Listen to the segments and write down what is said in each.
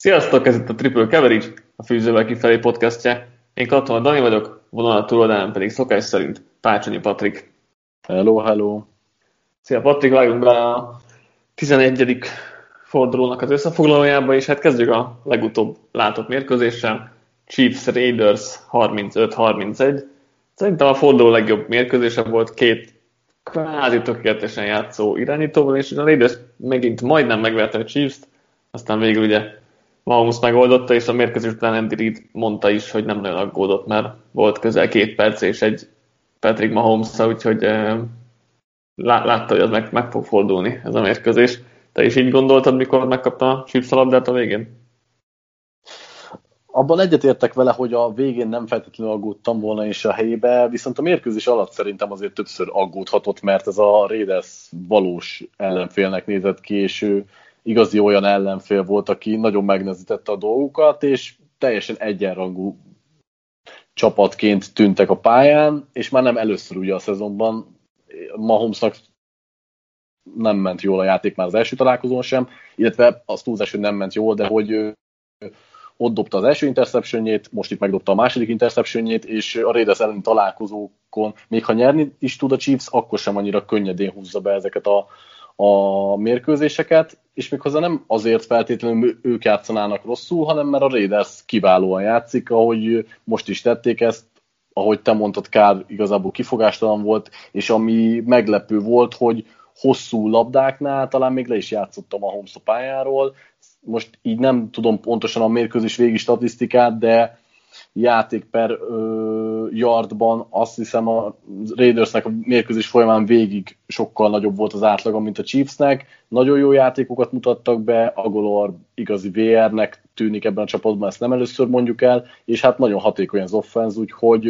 Sziasztok, ez itt a Triple Coverage, a Fűzővel kifelé podcastja. Én Katona Dani vagyok, vonal túloldalán pedig szokás szerint Pácsonyi Patrik. Hello, hello. Szia Patrik, vágjunk be a 11. fordulónak az összefoglalójába, és hát kezdjük a legutóbb látott mérkőzéssel. Chiefs Raiders 35-31. Szerintem a forduló legjobb mérkőzése volt, két kvázi tökéletesen játszó irányítóval, és a Raiders megint majdnem megverte a Chiefs-t, aztán végül ugye Mahomes megoldotta, és a mérkőzés után Andy Reid mondta is, hogy nem nagyon aggódott, mert volt közel 2 perc és egy Patrick mahomes, úgyhogy látta, hogy az meg fog fordulni ez a mérkőzés. Te is így gondoltad, mikor megkapta a Chiefs a labdát a végén? Abban egyetértek vele, hogy a végén nem feltétlenül aggódtam volna is a helyébe, viszont a mérkőzés alatt szerintem azért többször aggódhatott, mert ez a Raiders valós ellenfélnek nézett ki, és ő igazi olyan ellenfél volt, aki nagyon megnehezítette a dolgukat, és teljesen egyenrangú csapatként tűntek a pályán, és már nem először ugye a szezonban. Mahomesnak nem ment jól a játék már az első találkozón sem, illetve az túlzás, hogy nem ment jól, de hogy ott dobta az első interceptionjét, most itt megdobta a második interceptionjét, és a Raiders elleni találkozókon, még ha nyerni is tud a Chiefs, akkor sem annyira könnyedén húzza be ezeket a mérkőzéseket, és méghozzá nem azért feltétlenül ők játszanának rosszul, hanem mert a Raiders kiválóan játszik, ahogy most is tették ezt, ahogy te mondtad, Kár igazából kifogástalan volt, és ami meglepő volt, hogy hosszú labdáknál talán még le is játszottam a Mahomes a pályáról. Most így nem tudom pontosan a mérkőzés végi statisztikát, de játék per yardban azt hiszem a Raidersnek a mérkőzés folyamán végig sokkal nagyobb volt az átlaga, mint a Chiefsnek. Nagyon jó játékokat mutattak be, Agholor igazi VR-nek tűnik ebben a csapatban, ezt nem először mondjuk el, és hát nagyon hatékony az offense, úgyhogy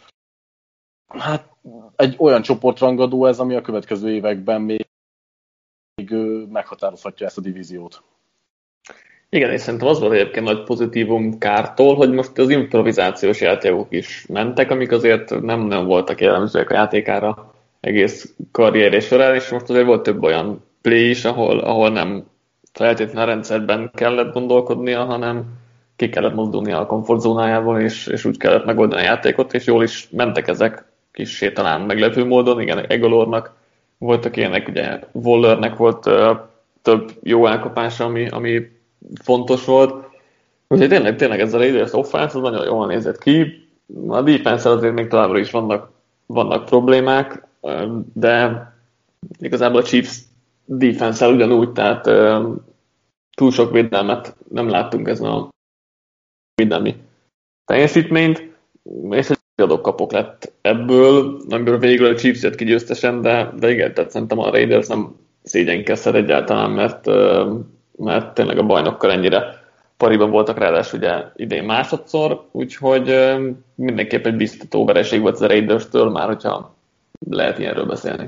hát egy olyan csoportrangadó ez, ami a következő években még meghatározhatja ezt a divíziót. Igen, és szerintem az volt egyébként nagy pozitívum Kártól, hogy most az improvizációs játékok is mentek, amik azért nem voltak jellemzőek a játékára egész karrierje során, és most azért volt több olyan play is, ahol nem feltétlenül a rendszerben kellett gondolkodnia, hanem ki kellett mozdulnia a komfortzónájából, és úgy kellett megoldani a játékot, és jól is mentek ezek kissé talán meglepő módon. Igen, Agholornak voltak ilyenek, ugye Wallernek volt több jó elkapása, ami fontos volt. Úgyhogy tényleg ez a Raiders offense az nagyon jól nézett ki. A defense-el azért még továbbra is vannak problémák, de igazából a Chiefs defense-el ugyanúgy, tehát túl sok védelmet nem láttunk ezen a védelmi teljesítményt, és egy adok-kapok lett ebből, amiből végül a Chiefs jött ki győztesen, de igen, tehát szerintem a Raiders nem szégyenkezhet egyáltalán, mert tényleg a bajnokkal ennyire pariban voltak, ráadásul ugye idén másodszor, úgyhogy mindenképp egy biztató vereség volt a Raiders-től, már hogyha lehet ilyenről beszélni.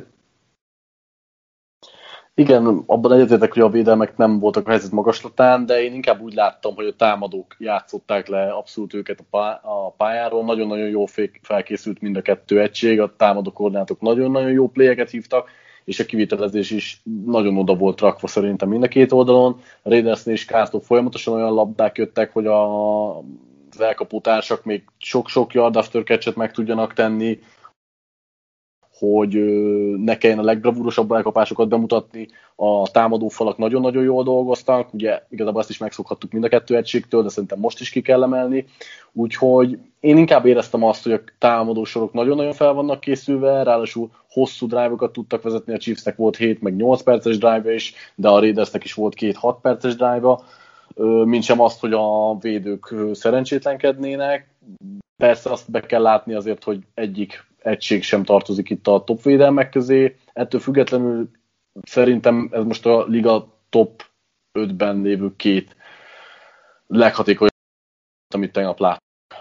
Igen, abban egyetértek, hogy a védelmek nem voltak a helyzet magaslatán, de én inkább úgy láttam, hogy a támadók játszották le abszolút őket a pályáról. Nagyon-nagyon jó felkészült mind a kettő egység, a támadó koordinátok nagyon-nagyon jó playeket hívtak, és a kivitelezés is nagyon oda volt rakva szerintem mind a két oldalon. A Raidersnél is Kártól folyamatosan olyan labdák jöttek, hogy az elkapó társak még sok-sok yard after catch-et meg tudjanak tenni, hogy ne kelljen a legbravúrosabb elkapásokat bemutatni. A támadófalak nagyon-nagyon jól dolgoztak, ugye igazából ezt is megszokhattuk mind a kettő egységtől, de szerintem most is ki kell emelni. Úgyhogy én inkább éreztem azt, hogy a támadósorok nagyon-nagyon fel vannak készülve, ráadásul hosszú drive-okat tudtak vezetni, a Chiefsnek volt 7 meg 8 perces drive-ja is, de a Raidersnek is volt 2-6 perces drive-a, mintsem azt, hogy a védők szerencsétlenkednének. Persze azt be kell látni azért, hogy egyik egység sem tartozik itt a top védelmek közé. Ettől függetlenül szerintem ez most a liga top 5-ben lévő két leghatékonyabb, amit tegnap láttuk.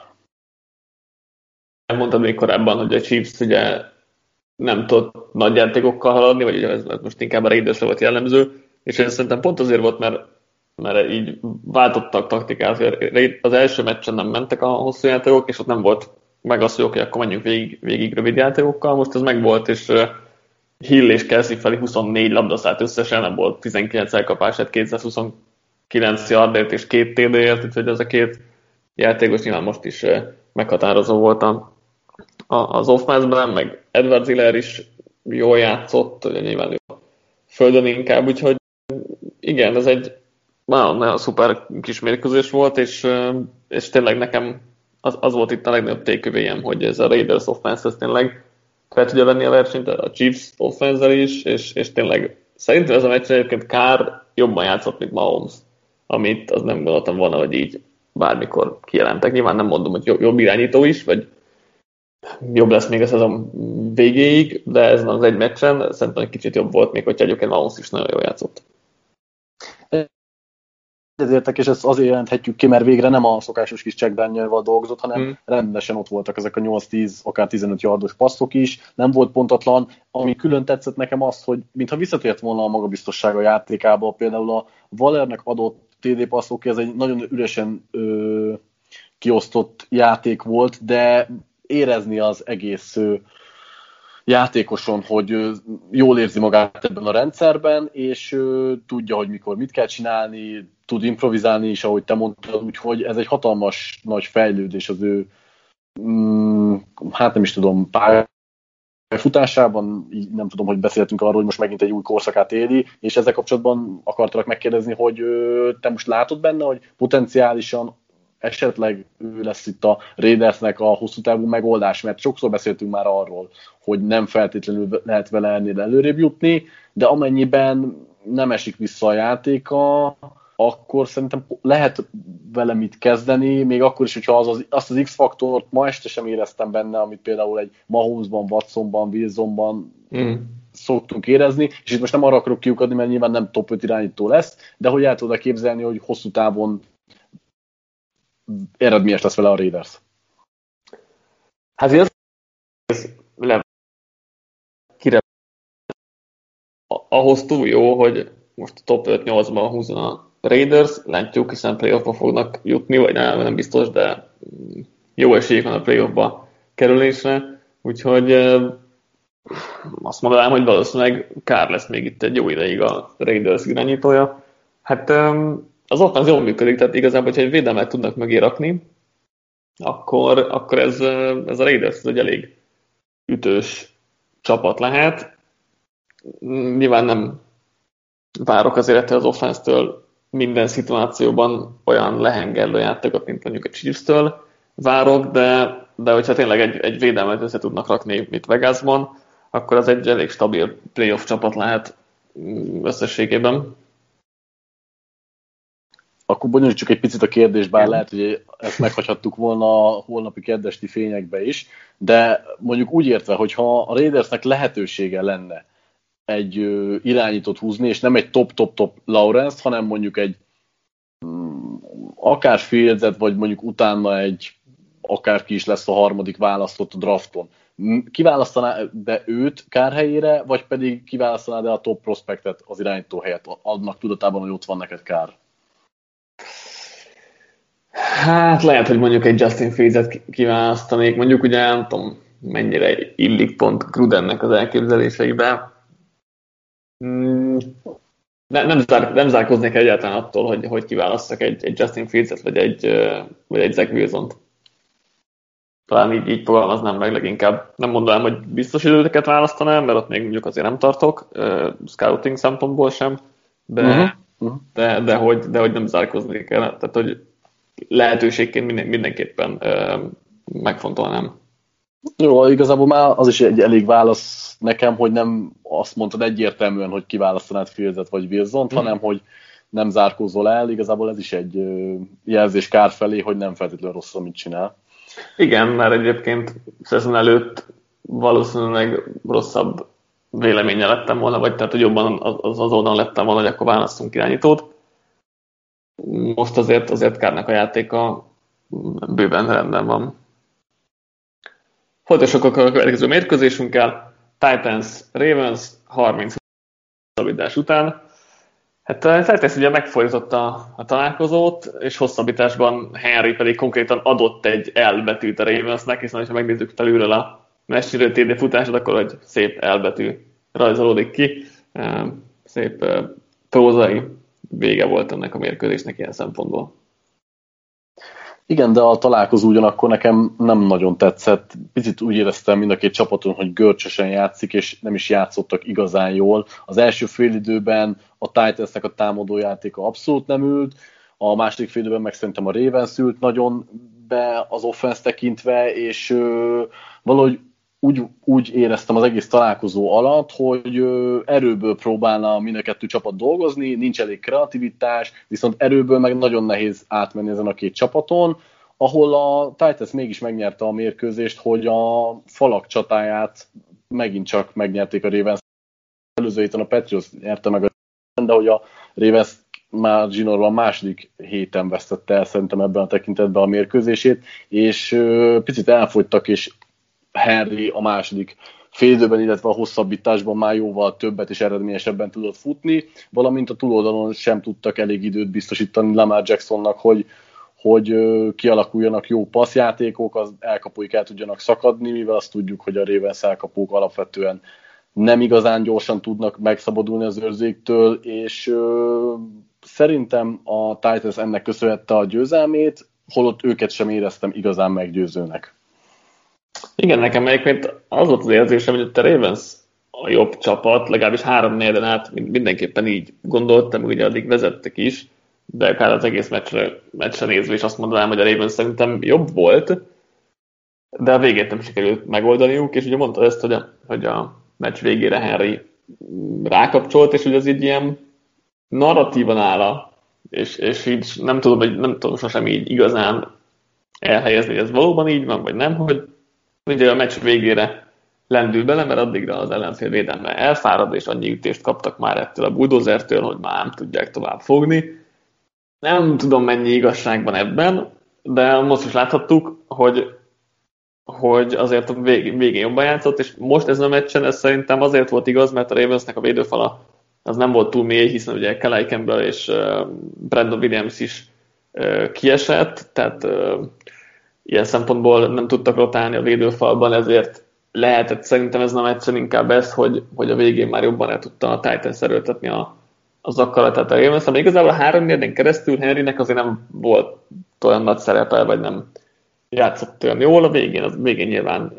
Mondtam még korábban, hogy a Chiefs ugye nem tudott nagy játékokkal haladni, vagy ez most inkább a Raidersre volt jellemző, és ez szerintem pont azért volt, mert így váltottak taktikát, hogy az első meccsen nem mentek a hosszú játékok, és ott nem volt meg az, hogy oké, akkor menjünk végig rövid játékokkal, most ez megvolt, és Hill és Kelsey felé 24 labda szállt összesen, nem volt 19 elkapását, 222 9 yardért és 2 TD-ért, úgyhogy ez a két játékos nyilván most is meghatározó volt az offense-ben, meg Edward Ziller is jól játszott, ugye nyilván ő a földön inkább, úgyhogy igen, ez egy nagyon szuper kis mérkőzés volt, és tényleg nekem az volt itt a legnagyobb takeaway-em, hogy ez a Raiders offense ez tényleg fel tudja venni a versenyt a Chiefs offense-zel is, és tényleg szerintem ez a meccs egyébként Carr jobban játszott, mint Mahomes, amit az nem gondoltam volna, hogy így bármikor kijelentek. Nyilván nem mondom, hogy jobb irányító is, vagy jobb lesz még a szezon végéig, de ezen az egy meccsen szerintem egy kicsit jobb volt, még hogyha egyébként Mahomes is nagyon jól játszott. Ezértek, és ezt azért jelenthetjük ki, mert végre nem a szokásos kis checkdownjával dolgozott, hanem rendesen ott voltak ezek a 8-10, akár 15 yardos passzok is, nem volt pontatlan. Ami külön tetszett nekem az, hogy mintha visszatért volna a magabiztossága a játékába, például a Wallernek adott TD passzok, ez egy nagyon üresen kiosztott játék volt, de érezni az egész játékoson, hogy jól érzi magát ebben a rendszerben, és tudja, hogy mikor mit kell csinálni, tud improvizálni is, ahogy te mondtad, úgyhogy ez egy hatalmas nagy fejlődés az ő, hát nem is tudom, pályafutásában, nem tudom, hogy beszéltünk arról, hogy most megint egy új korszakát éli, és ezzel kapcsolatban akartalak megkérdezni, hogy te most látod benne, hogy potenciálisan esetleg ő lesz itt a Raidersnek a hosszú távú megoldás, mert sokszor beszéltünk már arról, hogy nem feltétlenül lehet vele ennél előrébb jutni, de amennyiben nem esik vissza a játéka, akkor szerintem lehet vele mit kezdeni, még akkor is, hogyha azt az X-faktort ma este sem éreztem benne, amit például egy Mahomesban, Watsonban, Wilsonban szoktunk érezni, és itt most nem arra akarok kiukadni, mert nyilván nem top 5 irányító lesz, de hogy el tudod képzelni, hogy hosszú távon eredményes lesz vele a Raiders. Hát ez kire ahhoz túl jó, hogy most a top 5-8-ban húzzon a Raiders, látjuk, hiszen playoffba fognak jutni, vagy nem biztos, de jó esélyük van a playoffba kerülésre, úgyhogy azt mondanám, hogy valószínűleg Carr lesz még itt egy jó ideig a Raiders irányítója. Hát az offense jól működik, tehát igazából, hogyha egy védelmet tudnak mögé rakni, akkor ez a Raiders egy elég ütős csapat lehet. Nyilván nem várok azért az offense-től minden szituációban olyan lehengerlő játékot, mint mondjuk a Chiefs-től várok, de hogyha tényleg egy védelmet össze tudnak rakni, mint Vegasban, akkor az egy elég stabil playoff csapat lehet összességében. Akkor bonyolítsuk egy picit a kérdést, bár lehet, hogy ezt meghagyhattuk volna a holnapi keddesti fényekbe is, de mondjuk úgy értve, hogyha a Raidersnek lehetősége lenne egy irányítót húzni, és nem egy top Lawrence, hanem mondjuk egy akár Fields-et, vagy mondjuk utána egy akárki is lesz a harmadik választott a drafton. Kiválasztaná de őt Carr helyére, vagy pedig kiválasztaná de a top prospektet az irányító helyett, annak tudatában, hogy ott van neked Carr? Hát lehet, hogy mondjuk egy Justin Fields-et kiválasztanék, mondjuk ugye nem tudom, mennyire illik pont Grudennek az elképzeléseibe. Nem zárkoznék egyáltalán attól, hogy kiválasztak egy Justin Fields-et, vagy egy Zach Wilson-t. Talán így fogalmaznám meg leginkább. Nem mondanám, hogy biztos időket választanám, mert ott még mondjuk azért nem tartok, scouting szempontból sem, de hogy nem zárkoznék el. Tehát, hogy lehetőségként mindenképpen megfontolnám. Jó, igazából már az is egy elég válasz nekem, hogy nem azt mondtad egyértelműen, hogy kiválasztanád Fields-et vagy Wilsont, hanem hogy nem zárkózol el. Igazából ez is egy jelzés Carr felé, hogy nem feltétlenül rossz, amit csinál. Igen, mert egyébként szezon előtt valószínűleg rosszabb véleménye lettem volna, vagy tehát, hogy jobban az oldalon lettem volna, hogy akkor választunk irányítót. Most azért Carrnak a játéka bőven rendben van. Folytassuk a következő mérkőzésünkkel. Titans-Ravens 30 hosszabbítás után. Hát a Titans ugye megfordította a találkozót, és hosszabbításban Henry pedig konkrétan adott egy L betűt a Ravensnek, hiszen ha megnézzük felülről a mesélő TD futásod, akkor egy szép L betű rajzolódik ki. Szép prózai vége volt ennek a mérkőzésnek ilyen szempontból. Igen, de a találkozó ugyanakkor nekem nem nagyon tetszett. Picit úgy éreztem mind a két csapaton, hogy görcsösen játszik, és nem is játszottak igazán jól. Az első félidőben a Titansnek a támadójátéka abszolút nem ült, a második félidőben meg szerintem a Ravens ült nagyon be az offense tekintve, és valahogy úgy éreztem az egész találkozó alatt, hogy erőből próbálna mind a kettő csapat dolgozni, nincs elég kreativitás, viszont erőből meg nagyon nehéz átmenni ezen a két csapaton, ahol a Titans mégis megnyerte a mérkőzést, hogy a falak csatáját megint csak megnyerték a Ravens. Előző héten a Patriots nyerte meg de hogy a Ravens már zsinórban második héten vesztette el szerintem ebben a tekintetben a mérkőzését, és picit elfogytak, és Henry a második félidőben, illetve a hosszabbításban már jóval többet és eredményesebben tudott futni, valamint a túloldalon sem tudtak elég időt biztosítani Lamar Jacksonnak, hogy kialakuljanak jó passzjátékok, az elkapóik el tudjanak szakadni, mivel azt tudjuk, hogy a Ravens elkapók alapvetően nem igazán gyorsan tudnak megszabadulni az őrzéktől, és szerintem a Titans ennek köszönhette a győzelmét, holott őket sem éreztem igazán meggyőzőnek. Igen, nekem egyébként az volt az érzésem, hogy a Ravens a jobb csapat, legalábbis 3-4-en át mindenképpen így gondoltam, ugye addig vezettek is, de akár az egész meccsre nézve is azt mondanám, hogy a Ravens szerintem jobb volt, de a végét nem sikerült megoldaniuk, és ugye mondta ezt, hogy a meccs végére Henry rákapcsolt, és ugye ez így ilyen narratíva nála, és így nem tudom sosem így igazán elhelyezni, hogy ez valóban így van, vagy nem, hogy ugye a meccs végére lendül bele, mert addigra az ellenfél védelme elfárad, és annyi ütést kaptak már ettől a bulldozertől, hogy már nem tudják tovább fogni. Nem tudom, mennyi igazság van ebben, de most is láthattuk, hogy azért a végén jobban játszott, és most ezen a meccsen ez szerintem azért volt igaz, mert a Ravensnek a védőfala az nem volt túl mély, hiszen ugye Kelly Campbell és Brandon Williams is kiesett, tehát ilyen szempontból nem tudtak rotálni a védőfalban, ezért lehetett szerintem ezen a meccsen inkább ez, hogy a végén már jobban el tudta a Titans erőltetni az akaratát a Ravens. De igazából a 3-4-en keresztül Henrynek azért nem volt olyan nagy szerepe, vagy nem játszott olyan jól. A végén nyilván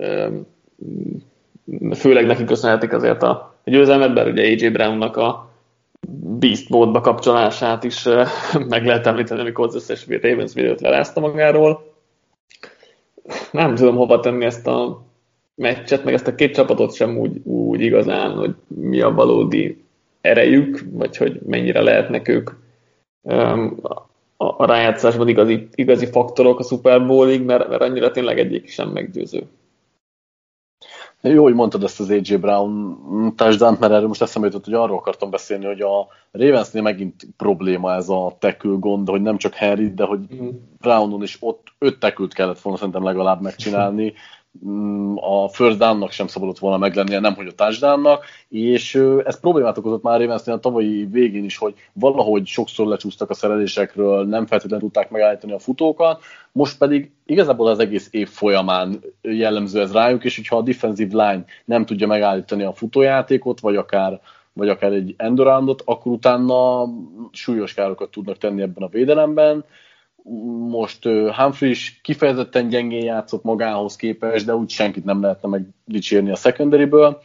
főleg neki köszönhetik azért a győzelmet, bár ugye AJ Brownnak a Beast módba kapcsolását is meg lehet említeni, amikor az összes Ravens videót lerázta magáról. Nem tudom hova tenni ezt a meccset, meg ezt a két csapatot sem úgy igazán, hogy mi a valódi erejük, vagy hogy mennyire lehetnek ők a rájátszásban igazi faktorok a Super Bowlig, mert annyira tényleg egyik sem meggyőző. Jó, hogy mondtad ezt az AJ Brown touchdown, mert erről most eszembe jutott, hogy arról akartam beszélni, hogy a Ravensnél megint probléma ez a tackle gond, hogy nem csak Henry, de hogy Brownon is ott 5 tackle-t kellett volna szerintem legalább megcsinálni. A first down-nak sem szabadott volna meglennie, nemhogy a touchdown-nak, és ez problémát okozott már Ravensnél a tavalyi végén is, hogy valahogy sokszor lecsúsztak a szerelésekről, nem feltétlenül tudták megállítani a futókat, most pedig igazából az egész év folyamán jellemző ez rájuk, és hogyha a defensive line nem tudja megállítani a futójátékot, vagy akár egy endaroundot, akkor utána súlyos károkat tudnak tenni ebben a védelemben. Most Humphrey is kifejezetten gyengén játszott magához képest, de úgy senkit nem lehetne megdicsérni a secondaryből.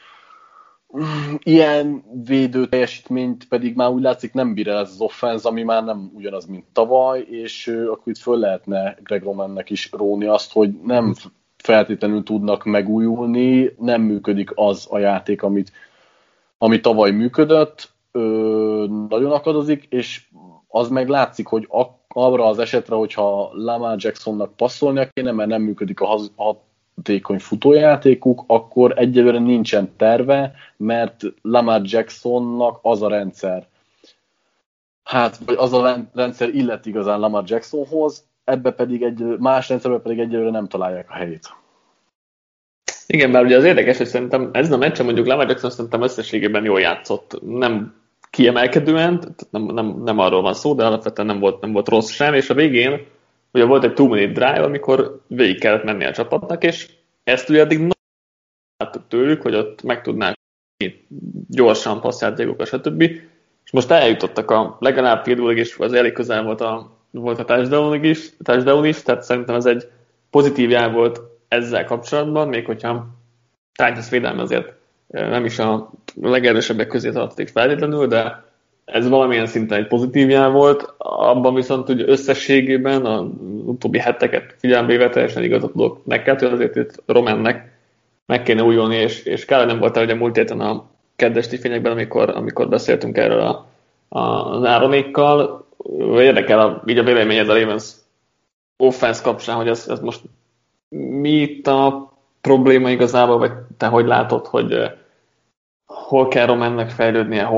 Ilyen védő teljesítményt pedig már úgy látszik nem bír el ez az offense, ami már nem ugyanaz, mint tavaly, és akkor itt föl lehetne Greg Romannek is róni azt, hogy nem feltétlenül tudnak megújulni, nem működik az a játék, ami tavaly működött, nagyon akadozik, és az meg látszik, hogy arra az esetre, hogyha Lamar Jacksonnak passzolnia kéne, mert nem működik a hatékony futójátékuk, akkor egyelőre nincsen terve, mert Lamar Jacksonnak az a rendszer, vagy az a rendszer illet igazán Lamar Jacksonhoz, ebbe pedig más rendszerben pedig egyelőre nem találják a helyét. Igen, bár ugye az érdekes, hogy szerintem ezen a meccsen mondjuk Lamar Jackson szerintem összességében jól játszott. Nem kiemelkedően, nem arról van szó, de alapvetően nem volt rossz sem, és a végén ugye volt egy 2-minute drive, amikor végig kellett menni a csapatnak, és ezt ugye addig láttuk tőlük, hogy ott meg tudnák gyorsan passzjátékokat, stb. és most eljutottak a legalább field goalig, és az elég közel volt a touchdown is, tehát szerintem ez egy pozitív jel volt ezzel kapcsolatban, még hogyha Titans védelme azért nem is a legerősebbek közé tartozik feltétlenül, de ez valamilyen szinten egy pozitív jel volt, abban viszont ugye összességében az utóbbi heteket figyelembe véve teljesen igazat tudok neked, hogy azért itt Romannek meg kéne újulni, és kellene nem volt el, hogy a múlt héten a kedves fényekben, amikor beszéltünk erről az Áronékkal, érdekel így a véleményed a Ravens offense kapcsán, hogy ez most mi itt a probléma igazából, vagy te hogy látod, hogy hol kell Romannek fejlődnie,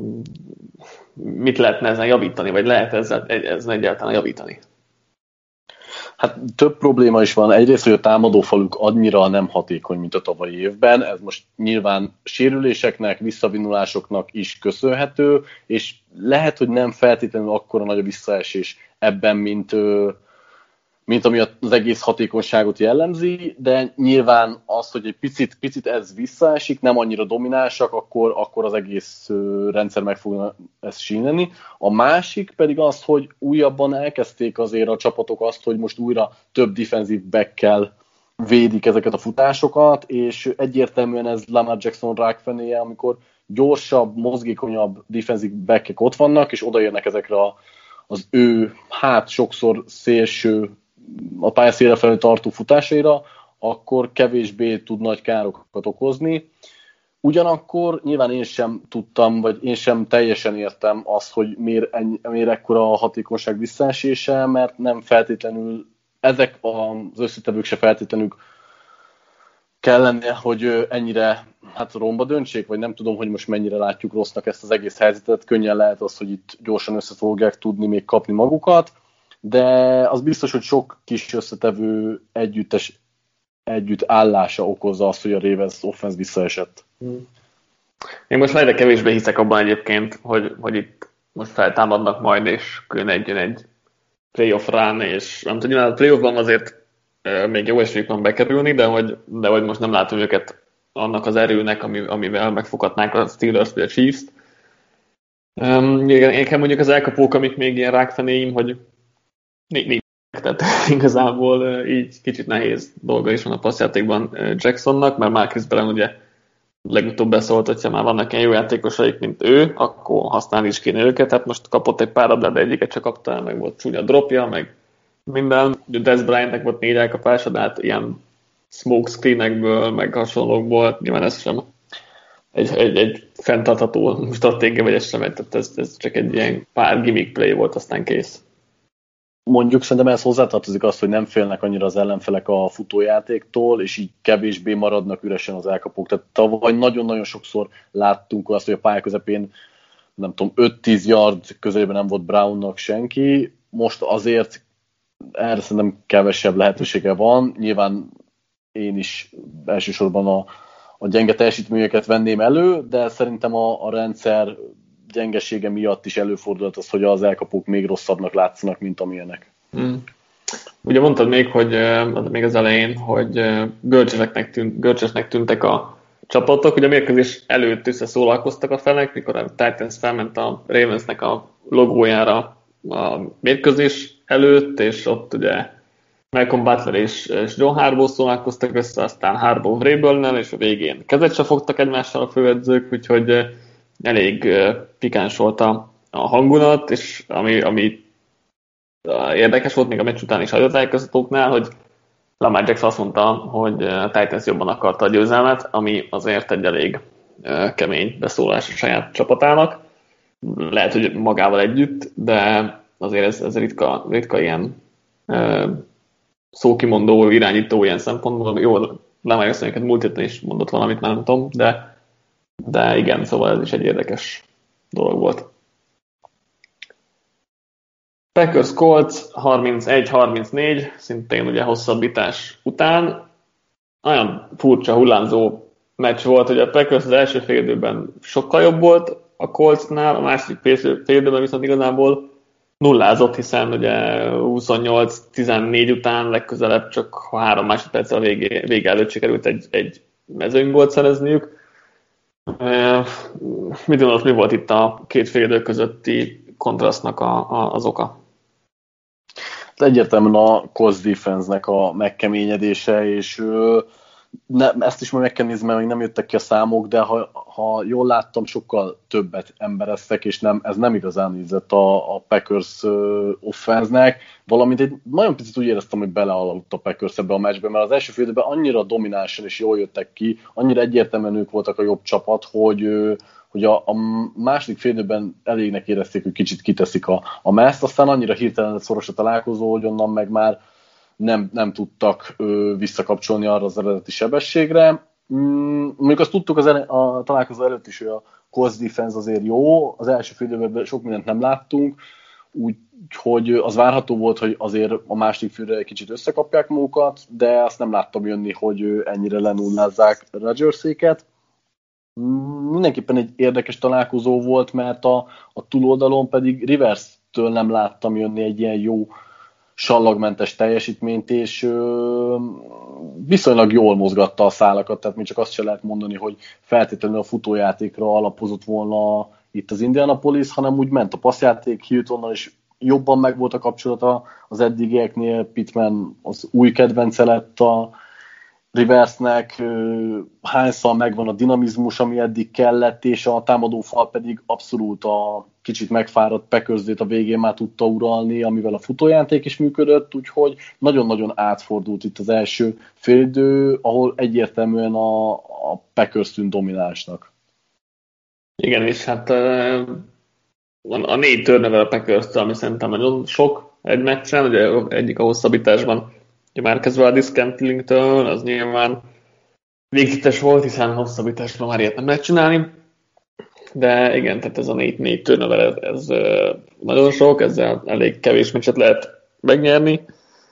mit lehetne ezen javítani, vagy lehet ezen egyáltalán javítani? Hát több probléma is van. Egyrészt, hogy a támadófaluk annyira nem hatékony, mint a tavalyi évben. Ez most nyilván sérüléseknek, visszavinulásoknak is köszönhető, és lehet, hogy nem feltétlenül akkora nagy a visszaesés ebben, mint ami az egész hatékonyságot jellemzi, de nyilván az, hogy egy picit ez visszaesik, nem annyira dominánsak, akkor az egész rendszer meg fogja ezt síneni. A másik pedig az, hogy újabban elkezdték azért a csapatok azt, hogy most újra több defensive backkel védik ezeket a futásokat, és egyértelműen ez Lamar Jackson rákfenéje, amikor gyorsabb, mozgékonyabb defensive backek ott vannak, és odaérnek ezekre az ő, sokszor szélső, a pályaszélre felé tartó futásaira, akkor kevésbé tud nagy károkat okozni. Ugyanakkor nyilván én sem tudtam, vagy én sem teljesen értem azt, hogy miért ekkora a hatékonyság visszaesése, mert nem feltétlenül, ezek az összetevők se feltétlenül kellene, hogy ennyire romba döntsék, vagy nem tudom, hogy most mennyire látjuk rossznak ezt az egész helyzetet. Könnyen lehet az, hogy itt gyorsan össze fogják tudni még kapni magukat, de az biztos, hogy sok kis összetevő együtt állása okozza azt, hogy a Ravens offense visszaesett. Én most egyre kevésbé hiszek abban egyébként, hogy itt most feltámadnak majd, és jön egy playoff run, és nem tudom, a playoffban azért még jó esélyük van bekerülni, de hogy most nem látom őket annak az erőnek, amivel megfoghatnák a Steelers vagy a Chiefs-t. Én mondjuk az elkapók, amik még ilyen rákfenéim, hogy nincs, tehát igazából így kicsit nehéz dolga is van a passzjátékban Jacksonnak, mert Marcus Brown ugye legutóbb beszólt, hogyha már vannak ilyen jó játékosaik, mint ő, akkor használni is kéne őket, tehát most kapott egy pár de egyiket csak kapta, meg volt csúnya dropja, meg minden. Dez Bryantnek volt 4 elkapása, de hát ilyen smoke screenekből, meg hasonlókból, nyilván ez sem egy fenntartható stratégia, vagy ez sem, tehát ez csak egy ilyen pár gimmick play volt, aztán kész. Mondjuk szerintem ez hozzátartozik azt, hogy nem félnek annyira az ellenfelek a futójátéktól, és így kevésbé maradnak üresen az elkapók. Tehát tavaly nagyon-nagyon sokszor láttunk azt, hogy a pálya közepén, nem tudom, 5-10 yard közelében nem volt Brownnak senki. Most azért erre szerintem kevesebb lehetősége van. Nyilván én is elsősorban a gyenge teljesítményeket venném elő, de szerintem a rendszer gyengesége miatt is előfordult az, hogy az elkapók még rosszabbnak látszanak, mint amilyenek. Ugye mondtad még, hogy még az elején, hogy görcsösnek tűntek a csapatok, ugye a mérkőzés előtt összeszólalkoztak a felek, mikor a Titans felment a Ravensnek a logójára a mérkőzés előtt, és ott ugye Malcolm Butler és John Harbaugh szólalkoztak össze, aztán Harbaugh Vrabel-nel, és a végén kezet se fogtak egymással a főedzők, úgyhogy elég pikáns volt a hangulat, és ami érdekes volt még a meccs után is a tájékoztatóknál, hogy Lamar Jackson azt mondta, hogy a Titans jobban akarta a győzelmet, ami azért egy elég kemény beszólás a saját csapatának. Lehet, hogy magával együtt, de azért ez ritka ilyen szókimondó, irányító ilyen szempontból. Jó, Lamar Jackson múlt héten is mondott valamit, már nem tudom, de igen, szóval ez is egy érdekes dolog volt. Packers Colts 31-34, szintén ugye hosszabbítás után. Nagyon furcsa, hullámzó meccs volt, hogy a Packers az első fél időben sokkal jobb volt a Coltsnál, a második fél időben viszont igazából nullázott, hiszen ugye 28-14 után legközelebb csak 3 másodperccel a vége előtt sikerült egy mezőnygolt szerezniük. Mit gondolod, mi volt itt a két fél idő közötti kontrasztnak az oka? Egyértelműen a Colts defense-nek a megkeményedése, és ezt is majd meg kell nézni, mert még nem jöttek ki a számok, de ha jól láttam, sokkal többet embereztek, és ez nem igazán ízett a Packers offense-nek, valamint egy nagyon picit úgy éreztem, hogy belealaludt a Packers ebbe a meccsbe, mert az első fél időben annyira dominánsan és jól jöttek ki, annyira egyértelműen ők voltak a jobb csapat, hogy a második fél időben elégnek érezték, hogy kicsit kiteszik a mezt, aztán annyira hirtelen szoros a találkozó, hogy onnan meg már nem tudtak visszakapcsolni arra az eredeti sebességre. Mondjuk azt tudtuk a találkozó előtt is, hogy a Colts defense azért jó, az első fél időben sok mindent nem láttunk, úgyhogy az várható volt, hogy azért a második félre egy kicsit összekapják magukat, de azt nem láttam jönni, hogy ennyire lenullázzák Rodgerséket. Mindenképpen egy érdekes találkozó volt, mert a túloldalon pedig Rivers-től nem láttam jönni egy ilyen jó sallagmentes teljesítményt, és viszonylag jól mozgatta a szálakat, tehát még csak azt se lehet mondani, hogy feltétlenül a futójátékra alapozott volna itt az Indianapolis, hanem úgy ment a passzjáték, Hiltonnal is jobban megvolt a kapcsolata az eddigieknél, Pittman az új kedvence lett a Riversnek, hányszor megvan a dinamizmus, ami eddig kellett, és a támadófal pedig abszolút a kicsit megfáradt Packersét a végén már tudta uralni, amivel a futójáték is működött, úgyhogy nagyon-nagyon átfordult itt az első félidő, ahol egyértelműen a Packers tűnt dominánsnak. Igen, és hát a 4 turnover a Packers-től, ami szerintem nagyon sok egy meccsen, ugye egyik a hosszabbításban, ugye már kezdve a Scantling-től, az nyilván végzetes volt, hiszen hosszabbításban már ilyet nem lehet csinálni, de igen, tehát ez a 4 turnover, ez nagyon sok, ezzel elég kevés meccset lehet megnyerni.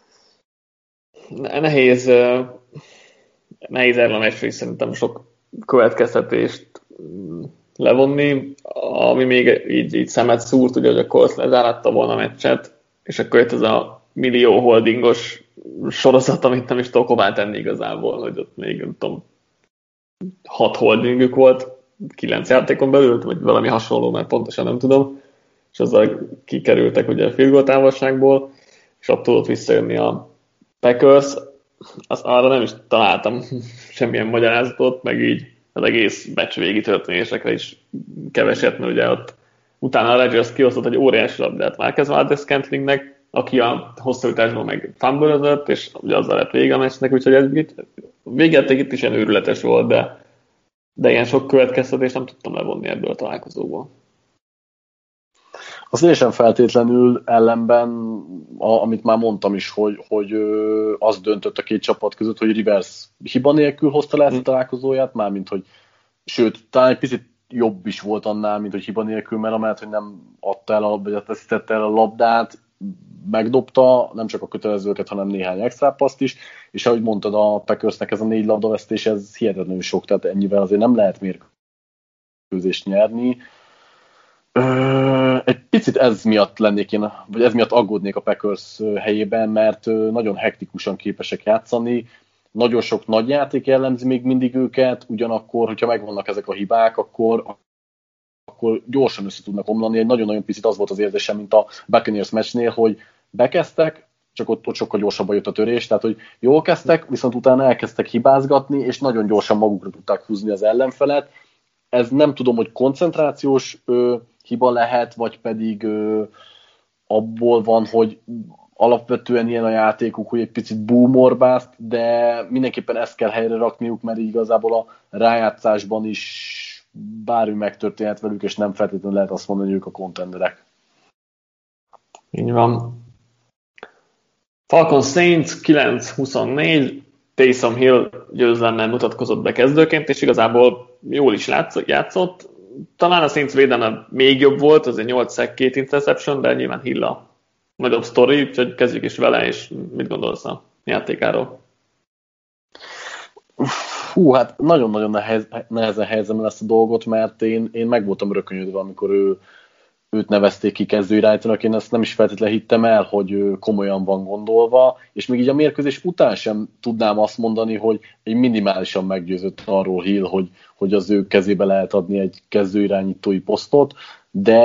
Nehéz erről a meccsről is szerintem sok következtetést levonni, ami még így szemet szúrt, ugye, hogy a Colts lezáratta volna a meccset, és akkor jött ez a millió holdingos sorozat, amit nem is tudok hová tenni igazából, hogy ott még, nem tudom, 6 holdingük volt, 9 játékon belül, vagy valami hasonló, mert pontosan nem tudom, és azzal kikerültek ugye a field goal távolságból, és ott tudott visszajönni a Packers. Arra nem is találtam semmilyen magyarázatot, meg így az egész meccs végi történésekre is keveset, mert ugye ott utána a Rodgers kiosztott egy óriási labdát Marcus Valdes-Scantlingnek, aki a hosszabbításban meg fumble-özött, és ugye azzal lett vége a meccsnek, úgyhogy ez végjáték itt is ilyen őrületes volt, de ilyen sok következtetést nem tudtam levonni ebből a találkozóból. Az teljesen feltétlenül ellenben, amit már mondtam is, hogy az döntött a két csapat között, hogy Rivers hiba nélkül hozta le ezt a találkozóját, mármint, hogy sőt, talán egy picit jobb is volt annál, mint hogy hiba nélkül, mert amellett, hogy nem adta el, vagy veszítette el a labdát, megdobta, nem csak a kötelezőket, hanem néhány extra paszt is, és ahogy mondtad, a Packersnek ez a 4 labdavesztés, ez hihetetlenül sok, tehát ennyivel azért nem lehet mérkőzést nyerni. Egy picit ez miatt lennék én, vagy ez miatt aggódnék a Packers helyében, mert nagyon hektikusan képesek játszani, nagyon sok nagy játék jellemzi még mindig őket, ugyanakkor, hogyha megvannak ezek a hibák, akkor gyorsan össze tudnak omlani. Egy nagyon-nagyon picit az volt az érzésem, mint a Buccaneers meccsnél, hogy bekezdtek, csak ott sokkal gyorsabban jött a törés, tehát hogy jól kezdtek, viszont utána elkezdtek hibázgatni, és nagyon gyorsan magukra tudták húzni az ellenfelet. Ez nem tudom, hogy koncentrációs hiba lehet, vagy pedig abból van, hogy alapvetően ilyen a játékuk, hogy egy picit boomorbászt, de mindenképpen ezt kell helyre rakniuk, mert igazából a rájátszásban is bármi megtörténhet velük, és nem feltétlenül lehet azt mondani, hogy ők a contenderek. Így van. Falcons Saints 9-24, Taysom Hill győzelemmel mutatkozott be kezdőként, és igazából jól is játszott. Talán a Saints védelme még jobb volt, azért 8 sack, 2 interception, de nyilván Hill a nagyobb sztori, úgyhogy kezdjük is vele, és mit gondolsz a játékáról? Hát nagyon-nagyon nehezen helyezem el ezt a dolgot, mert én meg voltam rökönyödve, amikor ő őt nevezték ki kezdőirányítónak, én ezt nem is feltétlenül hittem el, hogy komolyan van gondolva, és még így a mérkőzés után sem tudnám azt mondani, hogy egy minimálisan meggyőzött arról Hill, hogy az ő kezébe lehet adni egy kezdőirányítói posztot, de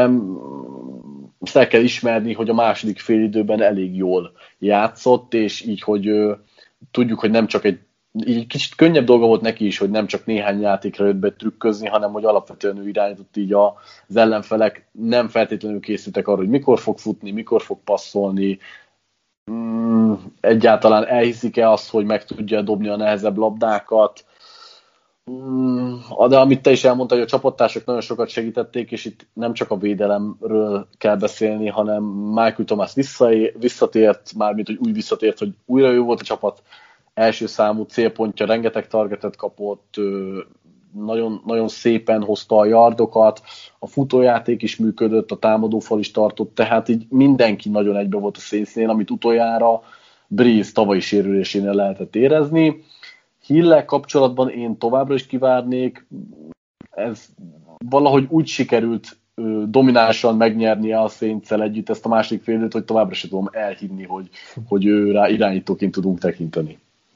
el kell ismerni, hogy a második félidőben elég jól játszott, és így, hogy tudjuk, hogy nem csak így kicsit könnyebb dolga volt neki is, hogy nem csak néhány játékra jött be trükközni, hanem hogy alapvetően ő irányított, így az ellenfelek nem feltétlenül készültek arra, hogy mikor fog futni, mikor fog passzolni, egyáltalán elhiszik-e azt, hogy meg tudja dobni a nehezebb labdákat. De amit te is elmondtad, hogy a csapattársak nagyon sokat segítették, és itt nem csak a védelemről kell beszélni, hanem Michael Thomas visszatért, mármint hogy úgy visszatért, hogy újra ő volt a csapat első számú célpontja, rengeteg targetet kapott, nagyon, nagyon szépen hozta a yardokat, a futójáték is működött, a támadófal is tartott, tehát így mindenki nagyon egybe volt a Saintsnél, amit utoljára Breeze tavalyi sérülésénél lehetett érezni. Hill-lel kapcsolatban én továbbra is kivárnék, ez valahogy úgy sikerült dominánsan megnyernie a Saints-el együtt ezt a másik félidőt, hogy továbbra sem tudom elhinni, hogy ő rá irányítóként tudunk tekinteni.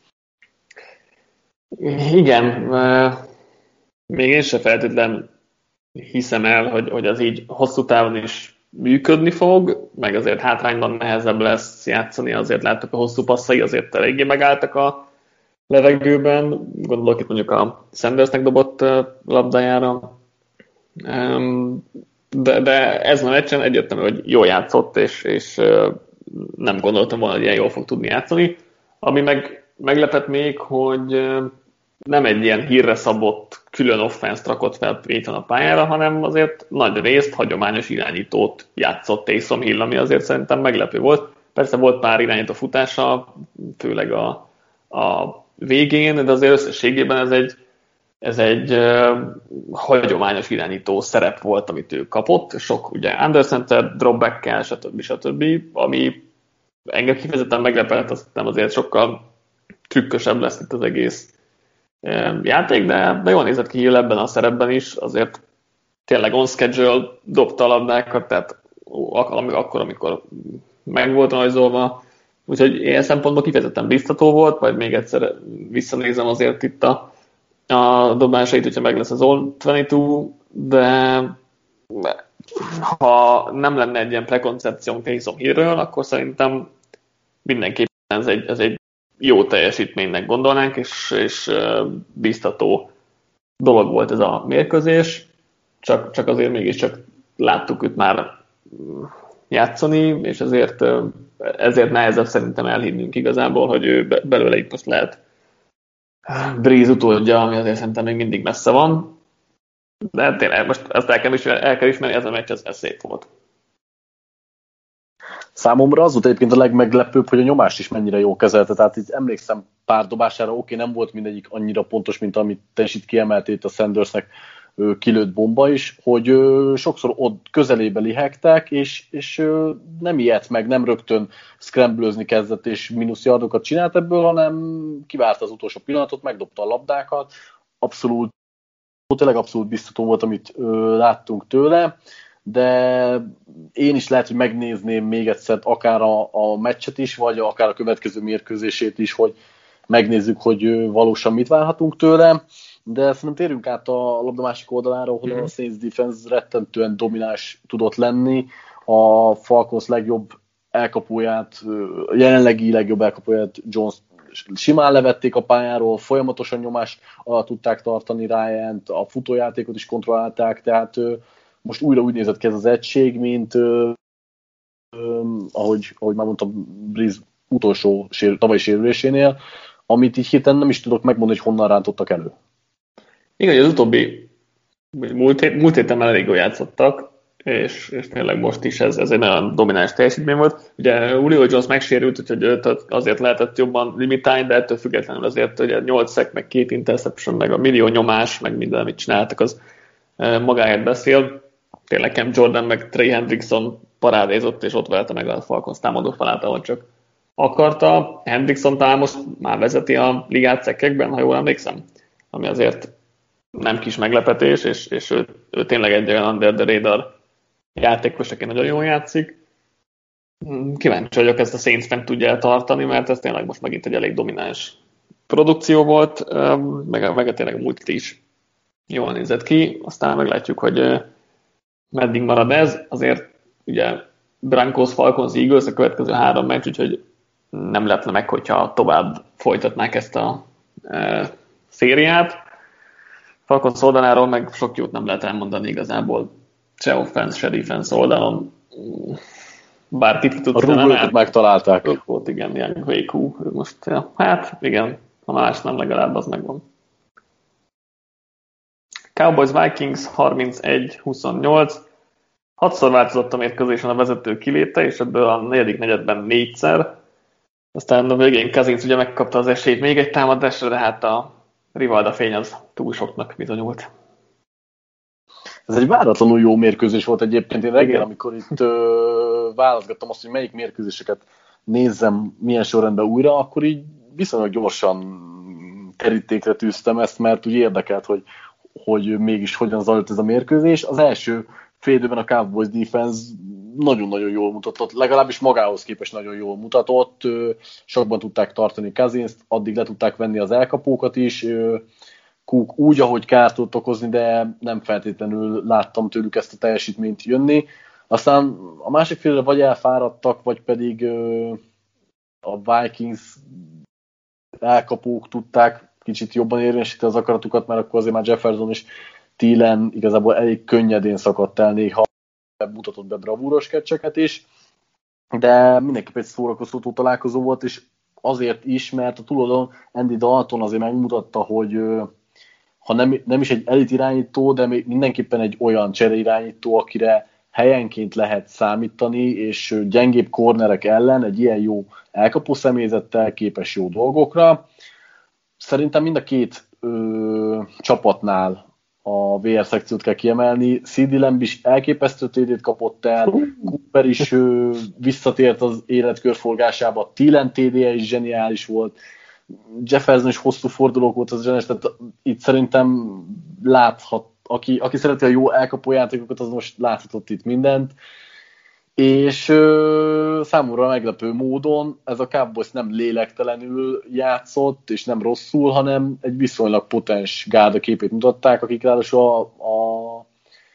Igen, még én sem feltétlen hiszem el, hogy az így hosszú távon is működni fog, meg azért hátrányban nehezebb lesz játszani, azért láttuk a hosszú passzai, azért eléggé megálltak a levegőben, gondolok itt mondjuk a Sandersnek dobott labdájára, de ez a meccsen egyértelmű, hogy jól játszott, és nem gondoltam volna, hogy ilyen jól fog tudni játszani. Ami meg meglepett még, hogy nem egy ilyen hírre szabott külön offense-t rakott fel Payton a pályára, hanem azért nagy részt hagyományos irányítót játszott Taysom Hill, ami azért szerintem meglepő volt. Persze volt pár irányító futása, főleg a végén, de azért összességében ez egy hagyományos irányító szerep volt, amit ő kapott. Sok ugye undercenter, dropback-kel, stb. Ami engem kifejezetten meglepett, azt hiszem azért sokkal trükkösebb lesz itt az egész játék, de jól nézett ki Hill ebben a szerepben is, azért tényleg on schedule dobta a labdákat, tehát akkor, amikor meg volt rajzolva, úgyhogy ilyen szempontból kifejezetten biztató volt, majd még egyszer visszanézem azért itt a dobásait, hogyha meg lesz az All-22, de ha nem lenne egy ilyen prekoncepciónk Taysom Hillről, akkor szerintem mindenképpen ez egy jó teljesítménynek gondolnánk, és biztató dolog volt ez a mérkőzés, csak azért mégiscsak láttuk őt már játszani, és ezért nehezebb szerintem elhinnünk igazából, hogy ő belőle itt most lehet Breeze utódja, ami azért szerintem még mindig messze van, de tényleg most ezt el kell ismerni, ez a meccs, ez szép volt. Számomra az volt egyébként a legmeglepőbb, hogy a nyomást is mennyire jól kezelte. Tehát itt emlékszem pár dobására, nem volt mindegyik annyira pontos, mint amit te is itt kiemeltél itt a Sandersnek kilőtt bomba is, hogy sokszor ott közelébe lihegtek, és nem ijedt meg, nem rögtön scramblőzni kezdett, és mínusz yardokat csinált ebből, hanem kivárta az utolsó pillanatot, megdobta a labdákat. Tényleg abszolút biztató volt, amit láttunk tőle, de én is lehet, hogy megnézném még egyszer akár a meccset is, vagy akár a következő mérkőzését is, hogy megnézzük, hogy valósan mit várhatunk tőle, de szerintem térjünk át a labda másik oldalára, ahol a Saints defense rettentően domináns tudott lenni, a Falcons legjobb elkapóját, jelenlegi legjobb elkapóját Jones simán levették a pályáról, folyamatosan nyomás alatt tudták tartani Ryant, a futójátékot is kontrollálták, tehát most újra úgy nézett ki ez az egység, mint ahogy már mondtam, Breeze utolsó tavalyi sérülésénél, amit így hirtelen nem is tudok megmondani, hogy honnan rántottak elő. Igen, hogy az utóbbi múlt héten már elég jól játszottak, és tényleg most is ez egy nagyon domináns teljesítmény volt. Ugye Julio Jones megsérült, úgyhogy őt azért lehetett jobban limitálni, de ettől függetlenül azért, hogy 8 sack, meg 2 interception, meg a millió nyomás, meg minden, amit csináltak, az magáért beszél. Tényleg Cam Jordan, meg Trey Hendrickson parádézott, és ott velte meg a Falcons támadó falát, ahol csak akarta. Hendrickson talán most már vezeti a ligát sackekben, ha jól emlékszem, ami azért nem kis meglepetés, és ő tényleg egy olyan under the radar játékos, aki nagyon jól játszik. Kíváncsi vagyok, ezt a Saints nem tudja tartani, mert ez tényleg most megint egy elég domináns produkció volt, meg tényleg a múlt is jól nézett ki, aztán meglátjuk, hogy meddig marad ez. Azért ugye Broncos, Falcons, Eagles a következő 3 meccs, úgyhogy nem lepne meg, hogyha tovább folytatnák ezt a szériát. Falcons oldaláról meg sok jót nem lehet elmondani igazából, se offense, se defense oldalon. Bár Titi tudta, nem el. Megtalálták. Ők volt, igen, ilyen végú. Most, hát igen, ha más nem, legalább az megvan. Cowboys Vikings 31-28. 6-szor változott a mérkőzésen a vezető kiléte, és ebből a 4. negyedben 4-szer. Aztán a végén Cousins ugye megkapta az esélyt még egy támadásra, de hát a Rivalda fény az túl soknak bizonyult. Ez egy váratlanul jó mérkőzés volt egyébként. Én reggel, amikor itt válaszgattam azt, hogy melyik mérkőzéseket nézzem milyen sorrendben újra, akkor így viszonylag gyorsan terítékre tűztem ezt, mert úgy érdekelt, hogy mégis hogyan zajlott ez a mérkőzés. Az első fél időben a Cowboys defense nagyon-nagyon jól mutatott, legalábbis magához képest nagyon jól mutatott. Sokban tudták tartani Cousinst, addig le tudták venni az elkapókat is. Cook úgy, ahogy kárt tudott okozni, de nem feltétlenül láttam tőlük ezt a teljesítményt jönni. Aztán a másik félre vagy elfáradtak, vagy pedig a Vikings elkapók tudták kicsit jobban érvényesíteni az akaratukat, mert akkor azért már Jefferson és Thielen igazából elég könnyedén szakadt el, néha mutatott be bravúros catcheket is, de mindenképp egy szórakoztató találkozó volt, és azért is, mert a túloldalon Andy Dalton azért megmutatta, hogy ha nem is egy elit irányító, de még mindenképpen egy olyan csereirányító, akire helyenként lehet számítani, és gyengébb kornerek ellen egy ilyen jó elkapó személyzettel képes jó dolgokra. Szerintem mind a két csapatnál a VR szekciót kell kiemelni. CD Lamb is elképesztő TD-t kapott el, Cooper is visszatért az életkörforgásába, Thielen TD-je is zseniális volt, Jefferson is hosszú fordulók volt az zseniális, tehát itt szerintem láthat, aki szereti a jó elkapójátékokat, az most láthatott itt mindent. És számomra meglepő módon ez a Cowboys nem lélektelenül játszott, és nem rosszul, hanem egy viszonylag potens gárda képét mutatták, akik ráadásul a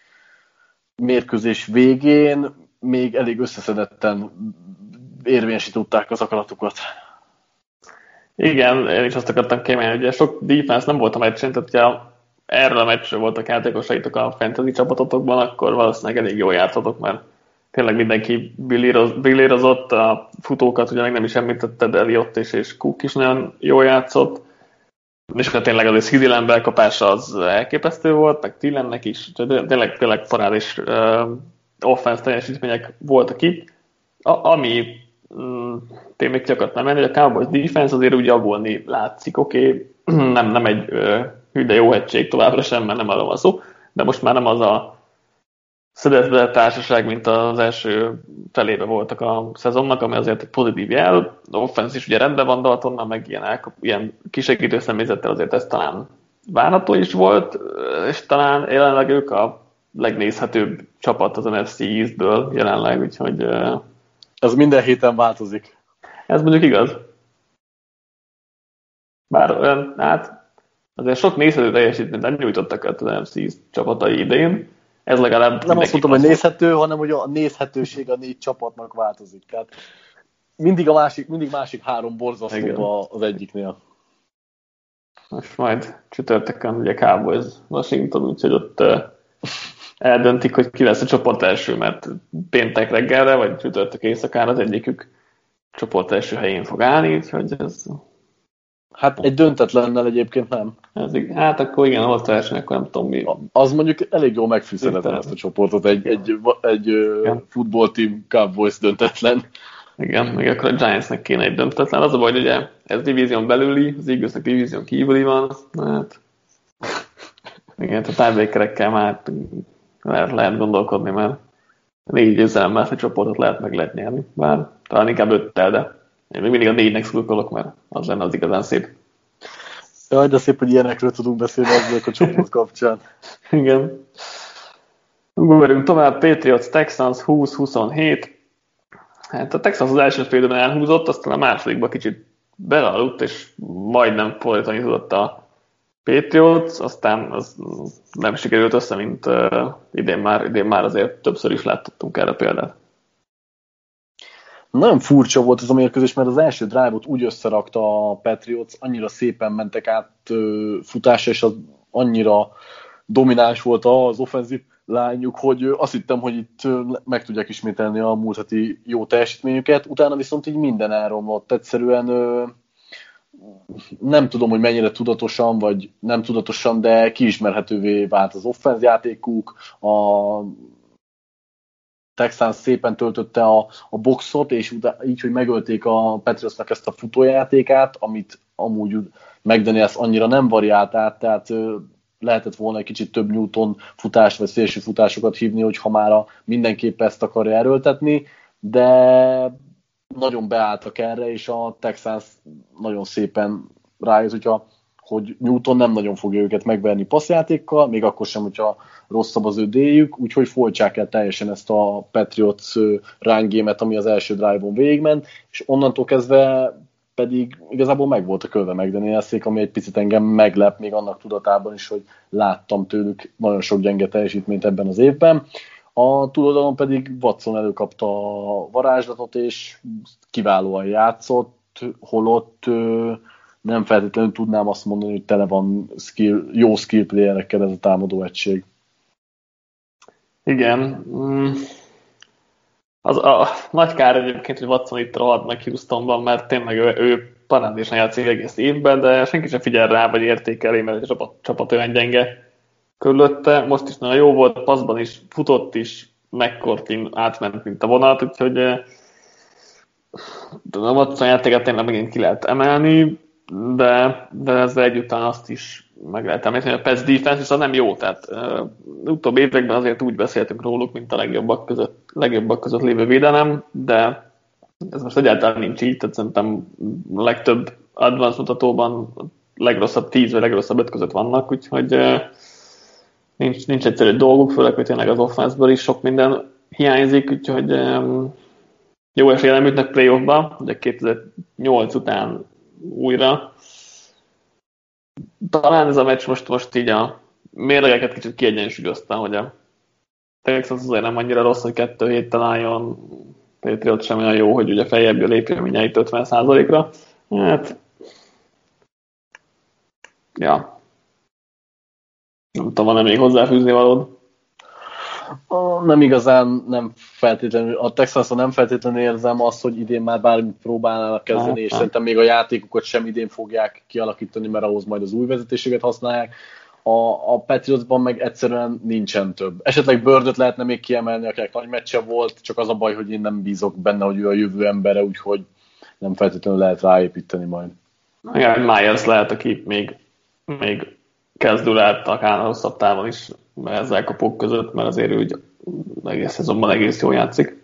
mérkőzés végén még elég összeszedetten érvényesítették az akaratukat. Igen, én is azt akartam kiemelni, hogy sok defense nem volt a meccsen, tehát ugye erről a meccsről voltak játékosaitok a fantasy csapatotokban, akkor valószínűleg elég jól jártatok, mert tényleg mindenki billérozott, a futókat ugye meg nem is említetted, Elliott és Cook is nagyon jól játszott, és akkor tényleg az CD Lamb elkapása az elképesztő volt, meg Thielennek is, tényleg parádés offense teljesítmények voltak itt. Ami tényleg ki akartam menni, hogy a Cowboys defense azért úgy javulni látszik, oké, nem egy hűde jó hegység továbbra sem, mert nem arról van szó, de most már nem az a szedett társaság, mint az első felében voltak a szezonnak, ami azért egy pozitív jel. A offense is ugye rendben van Daltonnal, meg ilyen kisegítő személyzettel azért ez talán várható is volt, és talán jelenleg ők a legnézhetőbb csapat az NFC Eastből jelenleg, úgyhogy... Ez minden héten változik. Ez mondjuk igaz. Bár olyan, hát azért sok nézhető teljesítményt nem nyújtottak az NFC East csapatai idén. Ez legalább... Nem azt mondtam, hogy nézhető, hanem hogy a nézhetőség a 4 csapatnak változik. Tehát mindig másik 3 borzasztóbb az egyiknél. Most majd csütörtökön ugye Cowboys Washington, úgyhogy ott eldöntik, hogy ki lesz a csoport első, mert péntek reggelre, vagy csütörtök éjszakára az egyikük csoport első helyén fog állni, úgyhogy ez... Hát egy döntetlennel egyébként nem. Hát akkor igen, volt verseny, akkor nem tudom mi. Az mondjuk elég jól megfűszerezem ezt a csoportot, egy futballteam Cowboys döntetlen. Igen, még akkor a Giantsnek kéne egy döntetlen. Az a baj, hogy ugye ez divízión belüli, az Eaglesnek divízión kívüli van. Hát, igen, a tiebreakerekkel már lehet gondolkodni, mert 4 győzelemmel ezt a csoportot lehet nyerni. Bár talán inkább 5-tel, de én még mindig a 4-nek szurkolok, mert az lenne az igazán szép. Jaj, de szép, hogy ilyenekről tudunk beszélni ezzel a csoport kapcsán. Igen. Ugorjunk tovább, Patriots Texans 20-27. Hát a Texans az első fél időben elhúzott, aztán a másodikban kicsit belealudt, és majdnem fordítani tudott a Patriots, aztán az nem sikerült össze, mint idén már azért többször is láttattunk erre példát. Nagyon furcsa volt ez a mérkőzés, mert az első drive-ot úgy összerakta a Patriots, annyira szépen mentek át futásra, és az annyira domináns volt az offenzív lányuk, hogy azt hittem, hogy itt meg tudják ismételni a múlt heti jó teljesítményüket, utána viszont így minden elromlott. Egyszerűen nem tudom, hogy mennyire tudatosan, vagy nem tudatosan, de kiismerhetővé vált az offenz játékuk, a Texans szépen töltötte a boxot, és így, hogy megölték a Patriotsnak ezt a futójátékát, amit amúgy McDaniels annyira nem variált át, tehát lehetett volna egy kicsit több Newton futás, vagy szélső futásokat hívni, hogyha már mindenképp ezt akarja erőltetni, de nagyon beálltak erre, és a Texans nagyon szépen rájött, hogy Newton nem nagyon fogja őket megverni passzjátékkal, még akkor sem, hogyha rosszabb az ő déjük, úgyhogy folytsák el teljesen ezt a Patriots run-gémet, ami az első drive-on végigment, és onnantól kezdve pedig igazából meg volt a kölve McDanielsék, ami egy picit engem meglep, még annak tudatában is, hogy láttam tőlük nagyon sok gyenge teljesítményt ebben az évben. A túloldalon pedig Watson előkapta a varázslatot, és kiválóan játszott, holott nem feltétlenül tudnám azt mondani, hogy tele van jó skill playerekkel ez a támadó egység. Igen. Az a nagy kár egyébként, hogy Watson itt rohadt meg Houstonban, mert tényleg ő parádésen játszik egész évben, de senki sem figyel rá, vagy értékeli, mert a csapat olyan gyenge körülötte. Most is nagyon jó volt, passzban is, futott is, McCourtin átment, mint a vonat, úgyhogy a Watson játékát tényleg megint ki lehet emelni, de ezzel egyúttal azt is meg lehet említeni, hogy a pass defense is az nem jó, tehát utóbbi években azért úgy beszéltünk róluk, mint a legjobbak között lévő védelem, de ez most egyáltalán nincs így, tehát szerintem a legtöbb advanced mutatóban a legrosszabb 10 vagy legrosszabb 5 között vannak, úgyhogy nincs egyszerű dolguk, főleg, hogy tényleg az offense-ből is sok minden hiányzik, úgyhogy jó esélye nem jutnak playoffba, ugye 2008 után újra. Talán ez a meccs most így a mérlegeket kicsit kiegyensúlyozta, hogy a Texas azért nem annyira rossz, hogy 2 héttel álljon, Patriot sem olyan jó, hogy ugye feljebb lépjen mindjárt 50%-ra. Hát, ja. Nem tudom, van-e még hozzáfűzni valód? Nem igazán, nem feltétlenül. A Texanson nem feltétlenül érzem azt, hogy idén már bármit próbálnának kezdeni, és szerintem még a játékukat sem idén fogják kialakítani, mert ahhoz majd az új vezetéseket használják. A Patriotsban meg egyszerűen nincsen több. Esetleg Birdöt lehetne még kiemelni, akinek nagy meccse volt, csak az a baj, hogy én nem bízok benne, hogy ő a jövő embere, úgyhogy nem feltétlenül lehet ráépíteni majd. Igen, Myers lehet, aki még kezdő lehet akár hosszabb távon is ezzel kapók között, mert azért úgy egész szezonban egész jól játszik.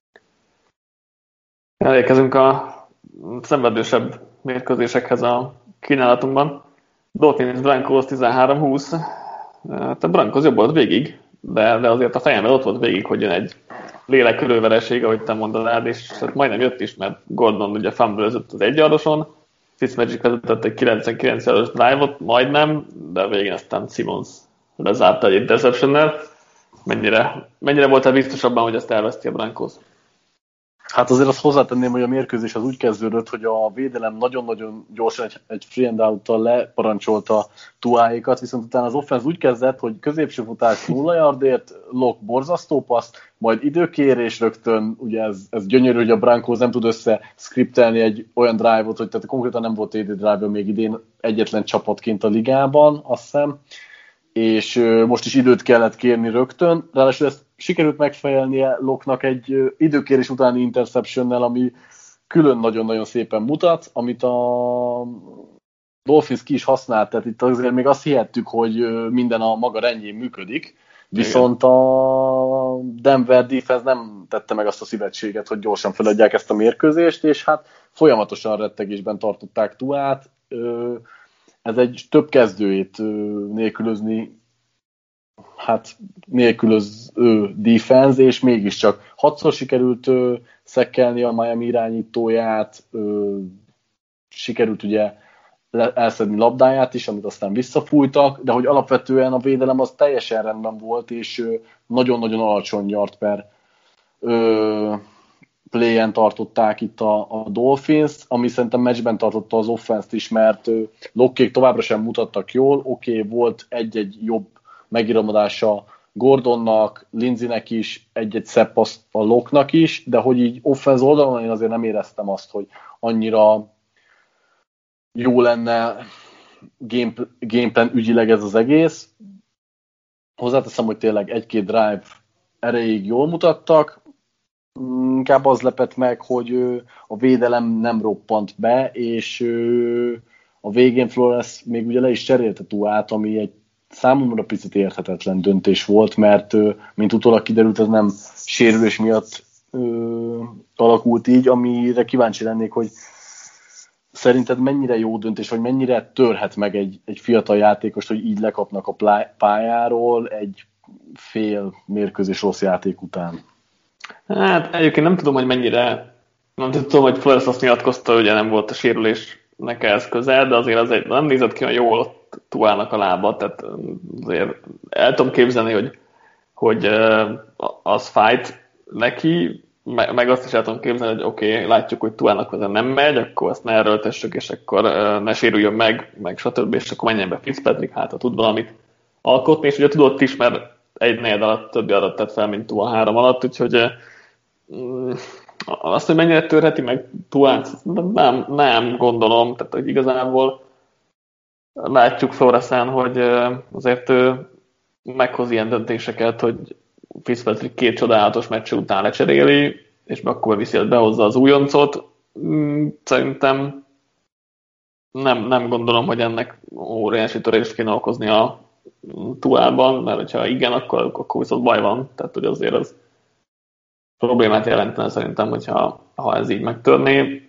Elérkezünk a szenvedősebb mérkőzésekhez a kínálatunkban. Dolphins Broncos 13-20. A Broncos jobb volt végig, de azért a fejemben ott volt végig, hogy jön egy lélekkörő vereség, ahogy te mondanád, és hát majdnem jött is, mert Gordon ugye fumble-özött az egyardoson, Fitzmagic vezetett egy 99 yardos drive-ot, majdnem, de végén aztán Simmons lezárta egy interceptionnel. Mennyire voltál biztos abban, hogy ezt elveszti a Broncos? Hát azért azt hozzátenném, hogy a mérkőzés az úgy kezdődött, hogy a védelem nagyon-nagyon gyorsan egy free and out-tal leparancsolta Tuáékat, viszont utána az offense úgy kezdett, hogy középső futás 0 yardért, Locke borzasztó passz, majd időkérés rögtön, ugye ez gyönyörű, hogy a Broncos nem tud összeskriptelni egy olyan drive-ot, hogy tehát konkrétan nem volt TD drive még idén egyetlen csapatként a ligában, azt hiszem, és most is időt kellett kérni rögtön, ráadásul ezt sikerült megfejelnie Locke-nak egy időkérés utáni interceptionnel, ami külön nagyon-nagyon szépen mutat, amit a Dolphins ki is használt, tehát itt azért még azt hihettük, hogy minden a maga rendjén működik, viszont a Denver defense nem tette meg azt a szívetséget, hogy gyorsan feladják ezt a mérkőzést, és hát folyamatosan rettegésben tartották Tuát. Ez egy több kezdőjét nélkülözni hát nélkülöző defense, és mégiscsak 6-szor sikerült szekkelni a Miami irányítóját, sikerült ugye elszedni labdáját is, amit aztán visszafújtak, de hogy alapvetően a védelem az teljesen rendben volt, és nagyon-nagyon alacsony yard per play-en tartották itt a Dolphins, ami szerintem meccsben tartotta az offense-t is, mert Lockék továbbra sem mutattak jól, oké, volt egy-egy jobb megiramodása Gordonnak, Lindsaynek is, egy-egy szebb passz a Locknak is, de hogy így offense oldalon én azért nem éreztem azt, hogy annyira jó lenne gameplan ügyileg ez az egész. Hozzáteszem, hogy tényleg egy-két drive erejéig jól mutattak, inkább az lepett meg, hogy a védelem nem roppant be, és a végén Flores még ugye le is cserélte Tuát, ami egy számomra picit érthetetlen döntés volt, mert mint utólag kiderült, ez nem sérülés miatt alakult így, amire kíváncsi lennék, hogy szerinted mennyire jó döntés, vagy mennyire törhet meg egy fiatal játékost, hogy így lekapnak a pályáról egy fél mérkőzés rossz játék után? Hát egyébként nem tudom, hogy mennyire, nem tudom, hogy Flores azt nyilatkozta, hogy ugye nem volt a sérülésnek ehhez közel, de azért nem nézett ki olyan jól ott Tuának a lába, tehát azért el tudom képzelni, hogy az fájt neki, meg azt is el tudom képzelni, hogy oké, látjuk, hogy Tuának ezen nem megy, akkor ezt ne erőltessük, és akkor ne sérüljön meg stb. És akkor menjen be Fitzpatrick, hát ha tud valamit alkotni, és ugye tudott is, mert egy negyed alatt többi adat tett fel, mint Tua 3 alatt, úgyhogy azt, hogy mennyire törheti meg Tuát, nem gondolom, tehát hogy igazából látjuk Floresen, hogy azért ő meghoz ilyen döntéseket, hogy Fitzpatrick 2 csodálatos meccs után lecseréli, és akkor viszi, behozza az újoncot. Szerintem nem gondolom, hogy ennek óriási törést kéne okozni a Tuában, mert hogyha igen, akkor viszont baj van. Tehát, hogy azért az problémát jelentene szerintem, hogyha ez így megtörné.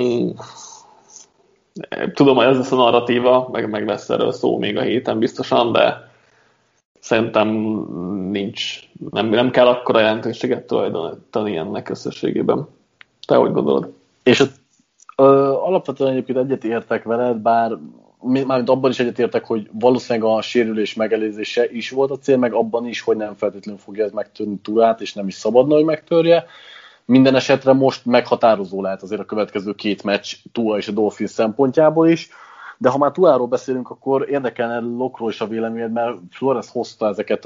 Tudom, hogy ez lesz a narratíva, meg lesz erről szó még a héten biztosan, de szerintem nem kell akkora jelentőséget tulajdonítani ennek összességében. Te hogy gondolod? És alapvetően egyébként egyet értek veled, bár mármint abban is egyetértek, hogy valószínűleg a sérülés megelőzése is volt a cél, meg abban is, hogy nem feltétlenül fogja ez megtörni Turát, és nem is szabadna, hogy megtörje. Minden esetre most meghatározó lehet azért a következő 2 meccs Tua és a Dolphins szempontjából is, de ha már Tuáról beszélünk, akkor érdekelne Lockról is a véleményed, mert Flores hozta ezeket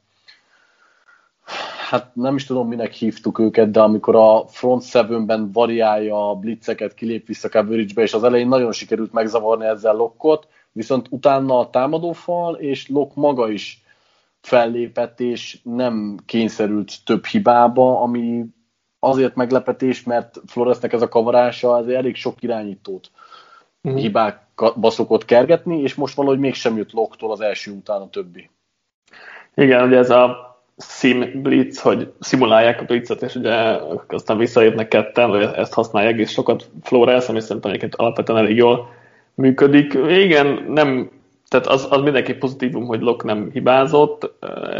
hát nem is tudom, minek hívtuk őket, de amikor a front seven-ben variálja a blitzeket, kilép vissza coverage-be, és az elején nagyon sikerült megzavarni ezzel Lockot, viszont utána a támadófal, és Lock maga is fellépett, és nem kényszerült több hibába, ami azért meglepetés, mert Floresnek ez a kavarása azért elég sok irányítót hibákba szokott kergetni, és most valahogy mégsem jött Locktól az első után a többi. Igen, ugye ez a sim blitz, hogy szimulálják a blitzet, és ugye aztán visszaérnek ketten, vagy ezt használja egész sokat Flores, ami szerintem egyébként alapvetően elég jól működik. Igen, nem, tehát az mindenki pozitívum, hogy Lock nem hibázott,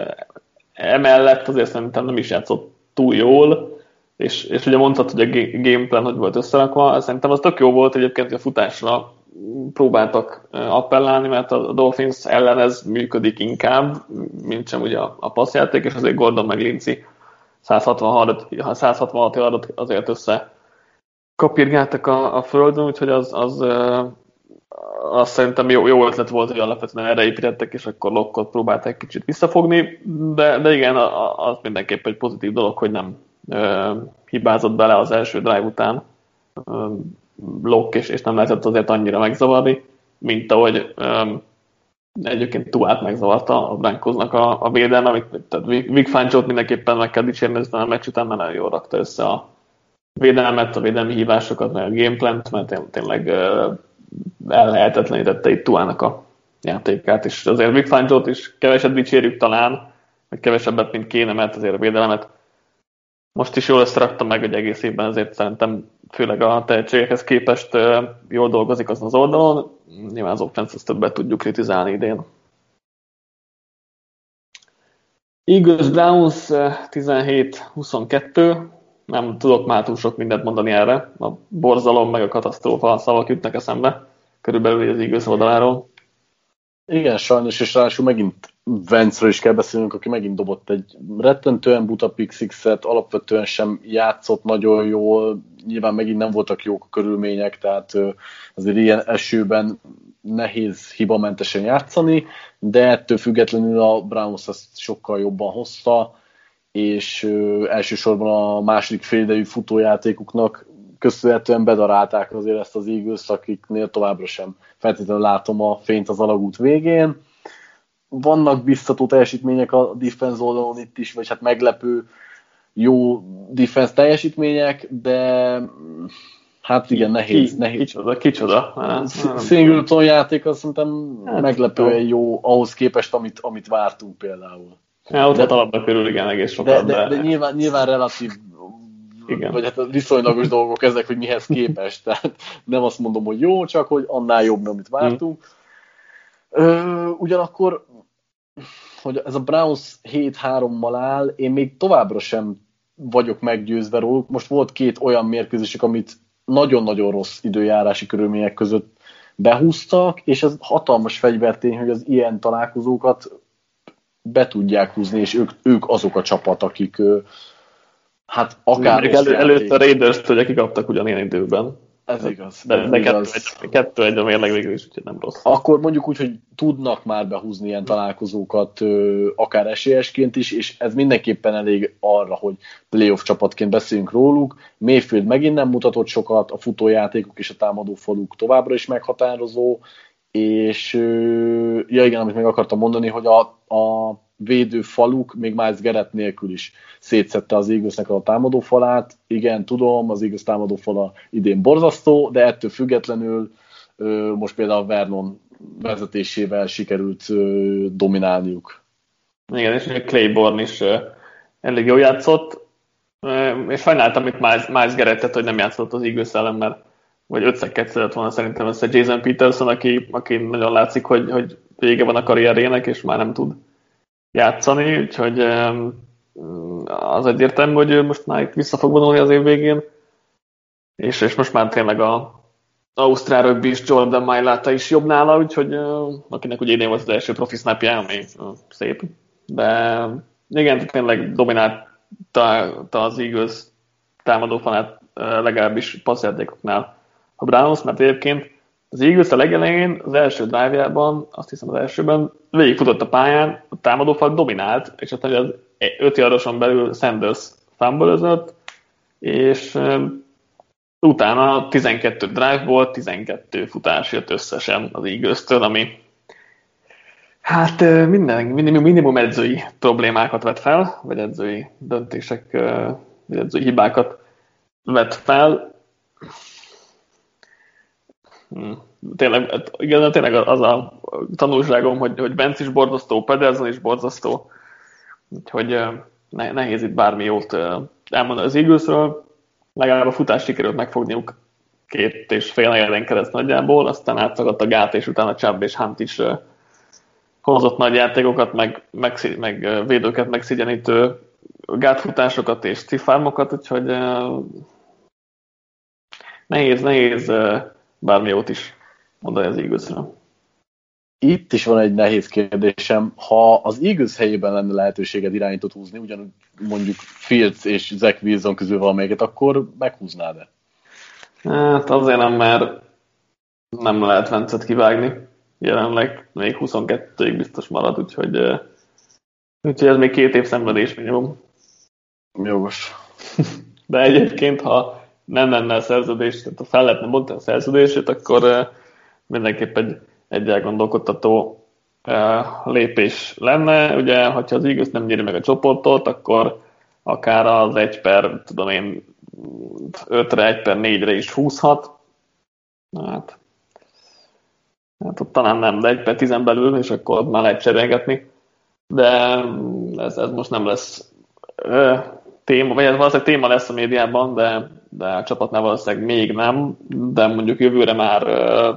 emellett azért szerintem nem is játszott túl jól, és ugye mondtad, hogy a gameplan hogy volt összerakva, szerintem az tök jó volt egyébként, hogy a futásra próbáltak appellálni, mert a Dolphins ellen ez működik inkább, mint sem ugye a passzjáték, és azért Gordon meg Lindsay 166 yardot azért össze kapirgáltak a földön, úgyhogy az szerintem jó ötlet volt, hogy alapvetően erre építettek, és akkor Lockot próbálták kicsit visszafogni, de igen, az mindenképp egy pozitív dolog, hogy nem hibázott bele az első drive után Lock, és nem lehetett azért annyira megzavarni, mint ahogy egyébként Tuát megzavarta a Broncosnak a védelme, tehát Vic Fangio-t mindenképpen meg kell dicsérni, aztán a meccs után nagyon jól rakta össze a védelmet, a védelmi hívásokat, meg a gameplant, mert tényleg ellehetetlenítette itt Tuának a játékát, és azért Vic Fangio-t is keveset dicsérjük talán, vagy kevesebbet, mint kéne, mert azért a védelemet most is jól összerakta meg egy egész évben, ezért szerintem főleg a tehetségekhez képest jól dolgozik az oldalon. Nyilván az offense-t többet tudjuk kritizálni idén. Eagles Browns 17-22. Nem tudok már túl sok mindent mondani erre. A borzalom meg a katasztrófa szavak jutnak eszembe. Körülbelül az Eagles oldaláról. Igen, sajnos, és ráadásul megint Wentzről is kell beszélnünk, aki megint dobott egy rettentően buta pick sixet, alapvetően sem játszott nagyon jól, nyilván megint nem voltak jók a körülmények, tehát azért ilyen esőben nehéz hibamentesen játszani, de ettől függetlenül a Browns ezt sokkal jobban hozta, és elsősorban a második félidejű futójátékuknak köszönhetően bedarálták azért ezt az Eagles, akiknél továbbra sem feltétlenül látom a fényt az alagút végén. Vannak biztató teljesítmények a defense oldalon itt is, vagy hát meglepő jó defense teljesítmények, de hát igen, nehéz. Kicsoda. Singleton játék azt szerintem meglepően jó ahhoz képest, amit vártunk például. Ja, ott alapban körül igen, egész sokat. De nyilván relatív, igen. Vagy hát viszonylagos dolgok ezek, hogy mihez képest. Tehát nem azt mondom, hogy jó, csak hogy annál jobb, mint amit vártunk. Ugyanakkor, hogy ez a Browns 7-3-mal áll, én még továbbra sem vagyok meggyőzve róluk. Most volt 2 olyan mérkőzésük, amit nagyon-nagyon rossz időjárási körülmények között behúztak, és ez hatalmas fegyvertény, hogy az ilyen találkozókat be tudják húzni, és ők azok a csapat, akik hát akár... Előtte a Raiders-t, hogy kikaptak ugyanilyen időben. Ez igaz. De 2-1 a mérleg végül is, úgyhogy nem rossz. Akkor mondjuk úgy, hogy tudnak már behúzni ilyen találkozókat akár esélyesként is, és ez mindenképpen elég arra, hogy playoff csapatként beszéljünk róluk. Mayfield megint nem mutatott sokat, a futójátékok és a támadófaluk továbbra is meghatározó, és ja igen, amit még akartam mondani, hogy a védőfaluk még Myles Garrett nélkül is szétszette az Eaglesnek a támadófalát. Igen, tudom, az Eagles támadófala idén borzasztó, de ettől függetlenül most például Vernon vezetésével sikerült dominálniuk. Igen, és Claiborne is elég jól játszott, és sajnáltam itt Myles Garrettet, hogy nem játszott az Eagles ellen, mert vagy 5-2 lett volna szerintem össze Jason Peterson, aki nagyon látszik, hogy vége van a karrierjének, és már nem tud játszani, úgyhogy az egyértelmű, hogy ő most már itt vissza fog vonulni az év végén, és most már tényleg a Ausztrál rögbi is Jordan Mailata is jobb nála, úgyhogy akinek ugye idén volt az első profi snapja, ami szép, de igen, tényleg dominálta az Eagles támadófalát legalábbis passzjátékoknál a Browns, mert egyébként az Eagles a legelején, az első drive-jában, azt hiszem az elsőben, végigfutott a pályán, a támadófal dominált, és aztán az 5 yardoson belül Sanders fumble-özött, és utána 12 drive volt, 12 futás jött összesen az Eagles-től, ami hát minimum edzői problémákat vet fel, vagy edzői döntések, vagy edzői hibákat vet fel. Tényleg az a tanulságom, hogy Benz is borzasztó, Pedersen is borzasztó, úgyhogy nehéz itt bármi jót elmondani az Eaglesről. Legalább a futást sikerült megfogniuk 2,5 negyeden kereszt nagyjából, aztán átszakadt a gát, és utána Chubb és Hunt is hozott nagy játékokat, meg védőket megszigyenítő gátfutásokat és stiff-armokat, úgyhogy nehéz bármi jót is mondani az Eaglesről. Itt is van egy nehéz kérdésem. Ha az Eagles helyében lenne lehetőséged irányítót húzni, ugyanúgy mondjuk Fields és Zach Wilson közül valamelyiket, akkor meghúznád-e? Hát azért nem, mert nem lehet Vencet kivágni. Jelenleg még 22-ig biztos marad, úgyhogy ez még 2 év szenvedés minimum. Jogos. De egyébként, ha nem lenne a szerződés, tehát ha fel lehetne bontani a szerződését, akkor mindenképp egy elgondolkodtató lépés lenne. Ugye, ha az Eagles nem nyeri meg a csoportot, akkor akár az 1/5-re, 1/4-re is húzhat. Hát ott talán nem, de 1/10 belül, és akkor már lehet cserélgetni. De ez most nem lesz téma, vagy ez valószínűleg téma lesz a médiában, de a csapatnál valószínűleg még nem, de mondjuk jövőre már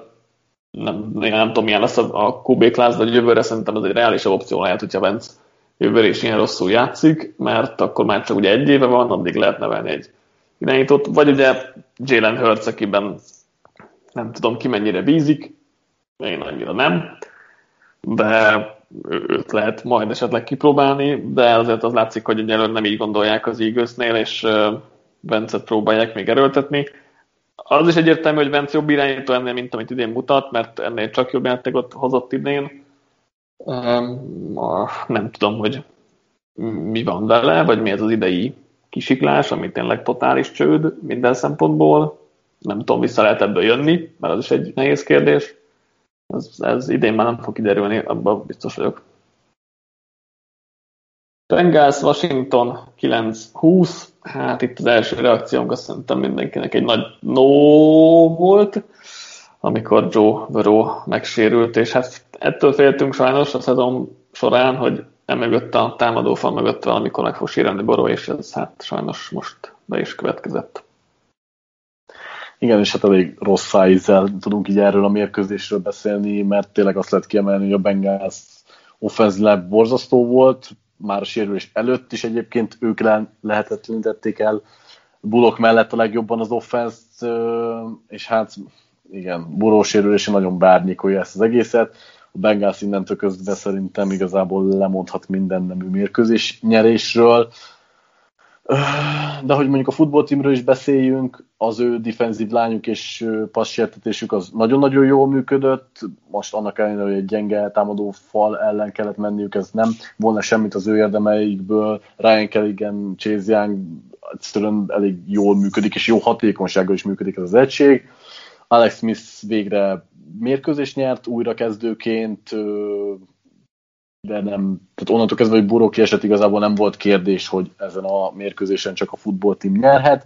nem tudom, milyen lesz a QB class, de jövőre szerintem ez egy reálisabb opció lehet, hogyha Vance jövőre is ilyen rosszul játszik, mert akkor már csak ugye 1 éve van, addig lehet nevelni egy irányítót, vagy ugye Jalen Hurts, akiben nem tudom ki mennyire bízik, én annyira nem, de őt lehet majd esetleg kipróbálni, de azért az látszik, hogy egyelőre nem így gondolják az Eaglesnél, és Vencet próbálják még erőltetni. Az is egyértelmű, hogy Vence jobb irányító ennél, mint amit idén mutat, mert ennél csak jobb játékot hozott idén. Nem tudom, hogy mi van vele, vagy mi ez az idei kisiklás, ami tényleg totális csőd minden szempontból. Nem tudom, vissza lehet ebből jönni, mert az is egy nehéz kérdés. Ez idén már nem fog kiderülni, abban biztos vagyok. Bengals, Washington 9-20. Hát itt az első reakciónk azt szerintem mindenkinek egy nagy no volt, amikor Joe Burrow megsérült, és hát ettől féltünk sajnos a szezon során, hogy emögött a támadófal mögött valamikor meg fog sérülni Burrow, és ez hát sajnos most be is következett. Igen, és hát elég rossz szájízzel tudunk így erről a mérkőzésről beszélni, mert tényleg azt lehet kiemelni, hogy a Bengals offense borzasztó volt, már a sérülés előtt is egyébként ők lehetetlenítették el Bullock mellett a legjobban az offense-t, és hát igen, Burrow sérülése nagyon beárnyékolja ezt az egészet. A Bengals innentől kezdve szerintem igazából lemondhat minden nemű mérkőzés nyerésről. De hogy mondjuk a futballtímről is beszéljünk, az ő defensív lányuk és passzsértetésük az nagyon-nagyon jól működött. Most annak ellenére, hogy egy gyenge támadó fal ellen kellett menniük, ez nem volna semmit az ő érdemeikből. Ryan Kelligan, Chase Young egyszerűen elég jól működik, és jó hatékonysággal is működik ez az egység. Alex Smith végre mérkőzést nyert újra kezdőként, de nem, tehát onnantól kezdve, hogy Burrow kiesett, igazából nem volt kérdés, hogy ezen a mérkőzésen csak a futballtím nyerhet.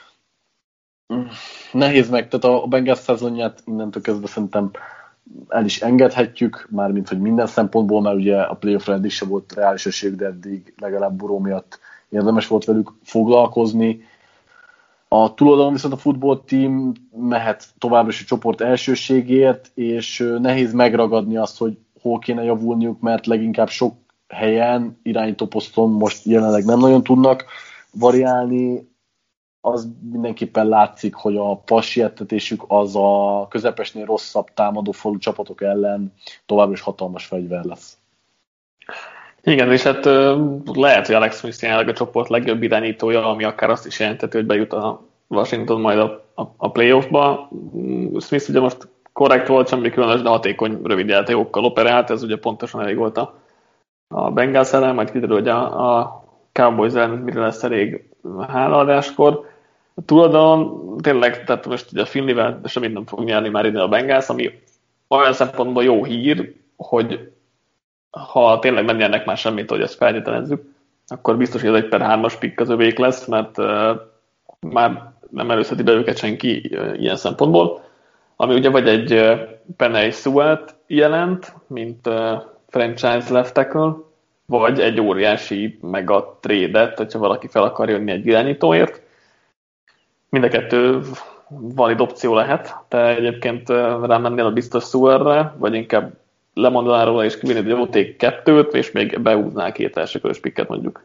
Nehéz meg, tehát a Bengals szezonját innentől kezdve szerintem el is engedhetjük, mármint, hogy minden szempontból, mert ugye a playoffra eddig se volt reális esélyük, de eddig legalább Burrow miatt érdemes volt velük foglalkozni. A túloldalon viszont a futballtím mehet továbbra is a csoport elsőségért, és nehéz megragadni azt, hogy hol kéne javulniuk, mert leginkább sok helyen, irányítóposzton most jelenleg nem nagyon tudnak variálni. Az mindenképpen látszik, hogy a passiertetésük az a közepesnél rosszabb támadófalú csapatok ellen továbbra is hatalmas fegyver lesz. Igen, és hát lehet, hogy Alex Smith jelenleg a csoport legjobb irányítója, ami akár azt is jelenteti, hogy bejut a Washington majd a playoffba. Smith ugye most korrekt volt, semmi különös, de hatékony rövid játékokkal operált, ez ugye pontosan elég volt a Bengals ellen, majd kiderül, hogy a Cowboys ellen mire lesz elég hálaadáskor. A túloldalon tényleg, tehát most ugye a Finleyvel semmit nem fog nyerni már idén a Bengals, ami olyan szempontból jó hír, hogy ha tényleg nem nyernek már semmit, hogy ezt feltételezzük, akkor biztos, hogy ez egy per 3-as pick az övék lesz, mert már nem előzheti be őket senki ilyen szempontból. Ami ugye vagy egy Penei Sewell-t jelent, mint franchise left tackle, vagy egy óriási mega trade-et, hogyha valaki fel akar jönni egy irányítóért. Mind a kettő valid opció lehet. Te egyébként rámennél a biztos Sewell-re, vagy inkább lemondanál róla és kivinnéd egy OT2-t, és még behúznál 2 elsőkörös picket mondjuk.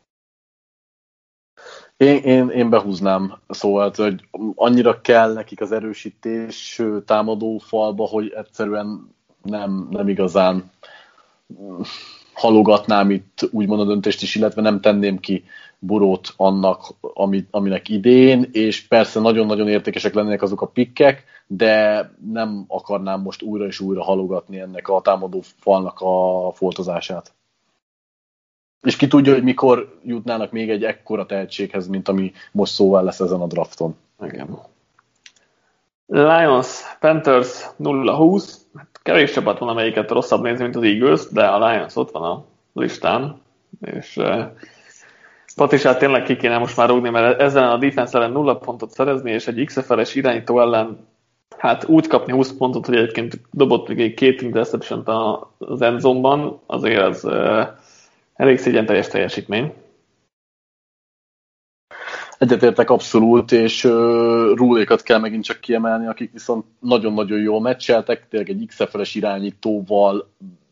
Én behúznám, szóval, hogy annyira kell nekik az erősítés támadó falba, hogy egyszerűen nem igazán halogatnám itt úgymond a döntést is, illetve nem tenném ki Burrowt annak, aminek idén, és persze nagyon-nagyon értékesek lennének azok a pikkek, de nem akarnám most újra és újra halogatni ennek a támadó falnak a foltozását. És ki tudja, hogy mikor jutnának még egy ekkora tehetséghez, mint ami most szóval lesz ezen a drafton. Igen. Lions, Panthers 0-20. Kevés csapat van, amelyiket rosszabb nézni, mint az Eagles, de a Lions ott van a listán. És Patisát tényleg ki kéne most már rúgni, mert ezzel a defense ellen 0 pontot szerezni, és egy XFL-es irányító ellen hát úgy kapni 20 pontot, hogy egyébként dobott még egy 2 interception-t az endzone-ban, azért az elég szégyenteljes teljesítmény. Egyetértek abszolút, és Rulékat kell megint csak kiemelni, akik viszont nagyon-nagyon jól meccseltek, tényleg egy XFL-es irányítóval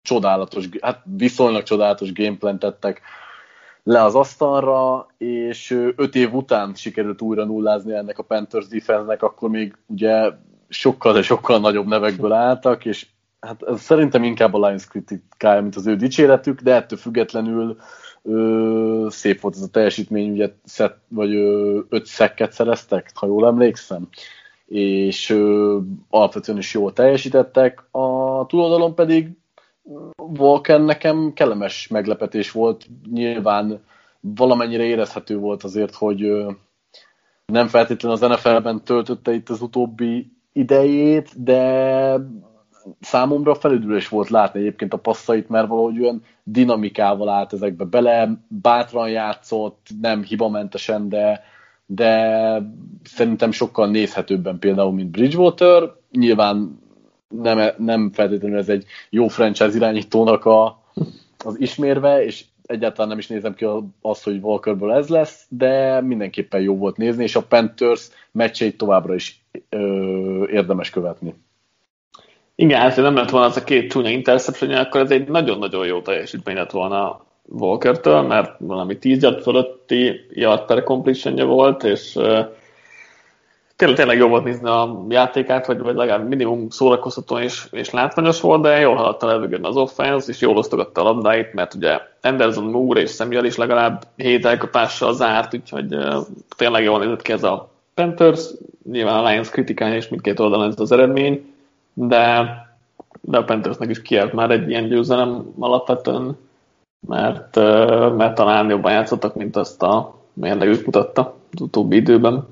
csodálatos, hát viszonylag csodálatos gameplan tettek le az asztalra, és 5 év után sikerült újra nullázni ennek a Panthers defense-nek, akkor még ugye sokkal, de sokkal nagyobb nevekből álltak, és hát ez szerintem inkább a Lions kritikája, mint az ő dicséretük, de ettől függetlenül szép volt ez a teljesítmény, ugye 5 szekket szereztek, ha jól emlékszem, és alapvetően is jól teljesítettek. A túloldalon pedig Walker nekem kellemes meglepetés volt, nyilván valamennyire érezhető volt azért, hogy nem feltétlenül az NFL-ben töltötte itt az utóbbi idejét, de számomra felüdülés volt látni egyébként a passzait, mert valahogy olyan dinamikával állt ezekbe bele, bátran játszott, nem hibamentesen, de szerintem sokkal nézhetőbben például, mint Bridgewater. Nyilván nem feltétlenül ez egy jó franchise irányítónak az ismérve, és egyáltalán nem is nézem ki azt, hogy Walkerből ez lesz, de mindenképpen jó volt nézni, és a Panthers meccseit továbbra is érdemes követni. Igen, hát nem lett volna az a 2 csúnya interception, akkor ez egy nagyon-nagyon jó teljesítmény lett volna Walkertől, mert valami 10 yard fölötti yard per completionja volt, és tényleg jó volt nézni a játékát, vagy legalább minimum szórakoztató és látványos volt, de jól haladt a levegőn az offense, és jól osztogatta a labdáit, mert ugye Anderson, Moore és Samuel is legalább 7 elkapással zárt, úgyhogy tényleg jól nézett ki ez a Panthers, nyilván a Lions kritikája is mindkét oldalon ez az eredmény, de a Panthersnek is kiállt már egy ilyen győzelem alapvetően, mert talán jobban játszottak, mint azt a mérlegük mutatta az utóbbi időben.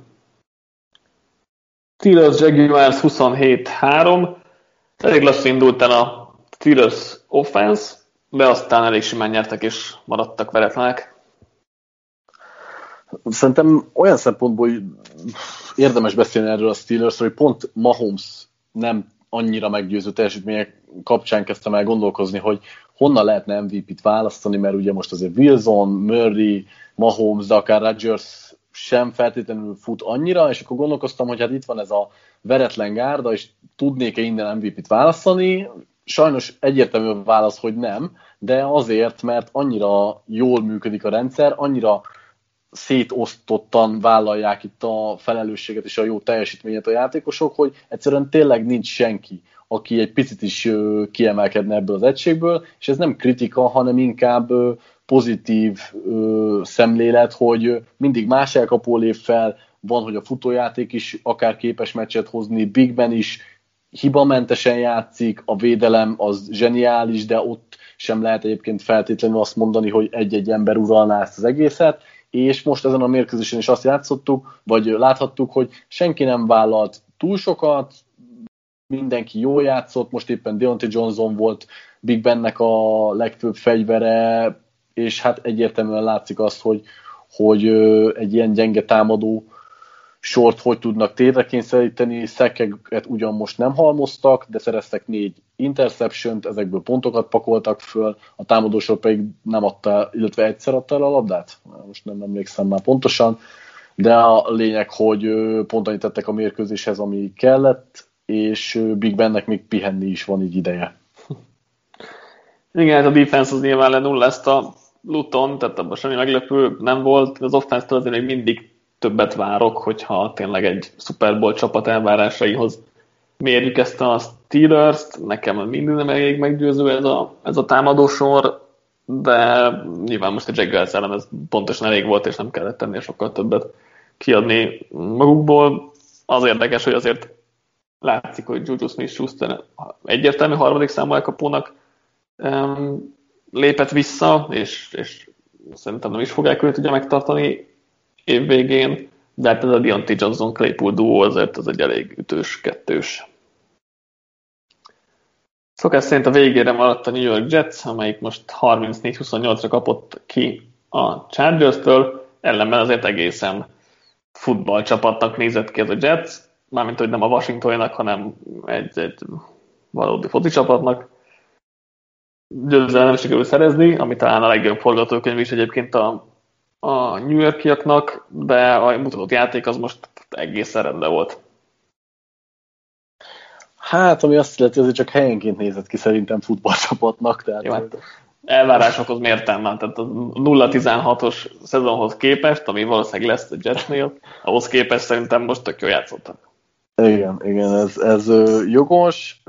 Steelers Jaguars 27-3. Elég lassan indult el a Steelers offense, de aztán elég simán nyertek és maradtak veretlenek. Szerintem olyan szempontból érdemes beszélni erről a Steelersről, hogy pont Mahomes nem annyira meggyőző teljesítmények kapcsán kezdtem el gondolkozni, hogy honnan lehetne MVP-t választani, mert ugye most azért Wilson, Murray, Mahomes, de akár Rodgers sem feltétlenül fut annyira, és akkor gondolkoztam, hogy hát itt van ez a veretlen gárda, és tudnék-e innen MVP-t választani. Sajnos egyértelmű a válasz, hogy nem, de azért, mert annyira jól működik a rendszer, annyira szétosztottan vállalják itt a felelősséget és a jó teljesítményet a játékosok, hogy egyszerűen tényleg nincs senki, aki egy picit is kiemelkedne ebből az egységből, és ez nem kritika, hanem inkább pozitív szemlélet, hogy mindig más elkapó lép fel, van, hogy a futójáték is akár képes meccset hozni, Big Ben is hibamentesen játszik, a védelem az zseniális, de ott sem lehet egyébként feltétlenül azt mondani, hogy egy-egy ember uralná ezt az egészet, és most ezen a mérkőzésen is azt játszottuk, vagy láthattuk, hogy senki nem vállalt túl sokat, mindenki jól játszott, most éppen Deontay Johnson volt Big Bennek a legfőbb fegyvere, és hát egyértelműen látszik azt, hogy egy ilyen gyenge támadó sort hogy tudnak térdre kényszeríteni, szekkeket ugyan most nem halmoztak, de szereztek 4 interception-t, ezekből pontokat pakoltak föl, a támadósor pedig nem adta, illetve egyszer adta el a labdát, most nem emlékszem már pontosan, de a lényeg, hogy pont annyit tettek a mérkőzéshez, ami kellett, és Big Bennek még pihenni is van így ideje. Igen, a defense az nyilván lenullázta Luton, tehát abban semmi meglepő nem volt, az offense-től azért még mindig többet várok, hogyha tényleg egy Super Bowl csapat elvárásaihoz mérjük ezt a Steelers-t. Nekem mindig nem elég meggyőző ez a támadósor, de nyilván most a Jaguars ellen ez pontosan elég volt, és nem kellett tenni sokkal többet kiadni magukból. Az érdekes, hogy azért látszik, hogy Juju Smith-Schuster egyértelmű harmadik számú elkapónak lépett vissza, és szerintem nem is fogják őt ugye megtartani év végén, de hát ez a Deontay Johnson-Claypool duó azért az egy elég ütős kettős. Szokás szerint a végére maradt a New York Jets, amelyik most 34-28-ra kapott ki a Chargers-től, ellenben azért egészen futballcsapatnak nézett ki ez a Jets, mármint, hogy nem a Washingtonnak, hanem egy valódi foci csapatnak. Győzelem nem sikerült szerezni, ami talán a legjobb forgatókönyv is egyébként a New Yorkiaknak, de a mutatott játék az most egészen rendben volt. Hát, ami azt illeti, azért csak helyenként nézett ki szerintem futballcsapatnak. Tehát... Jó, hát elvárásokhoz mértem, tehát a 0-16-os szezonhoz képest, ami valószínűleg lesz a Jetsnél, ahhoz képest szerintem most tök jól játszottak. Igen, ez jogos,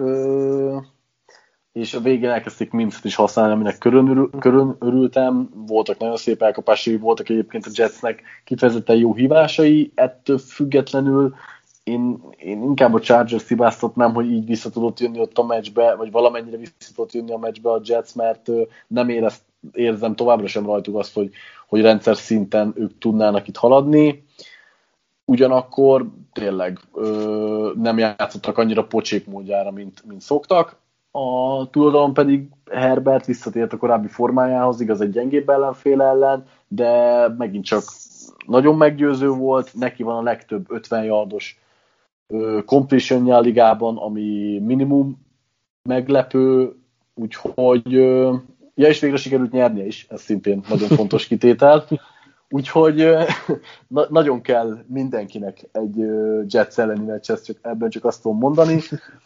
és a végén elkezdték Mimst is használni, aminek körön örültem, voltak nagyon szép elkapásai, voltak egyébként a Jetsnek kifejezetten jó hívásai, ettől függetlenül én inkább a Chargers hibáztatnám, hogy így vissza tudott jönni ott a meccsbe, vagy valamennyire vissza tudott jönni a meccsbe a Jets, mert nem érzem továbbra sem rajtuk azt, hogy rendszer szinten ők tudnának itt haladni. Ugyanakkor tényleg nem játszottak annyira pocsék módjára, mint szoktak. A túloldalon pedig Herbert visszatért a korábbi formájához, igaz egy gyengébb ellenfél ellen, de megint csak nagyon meggyőző volt, neki van a legtöbb 50 yardos completionja a ligában, ami minimum meglepő, úgyhogy és végre sikerült nyernie is, ez szintén nagyon fontos kitétel. Úgyhogy nagyon kell mindenkinek egy Jets elleni meccs, ebben csak azt tudom mondani.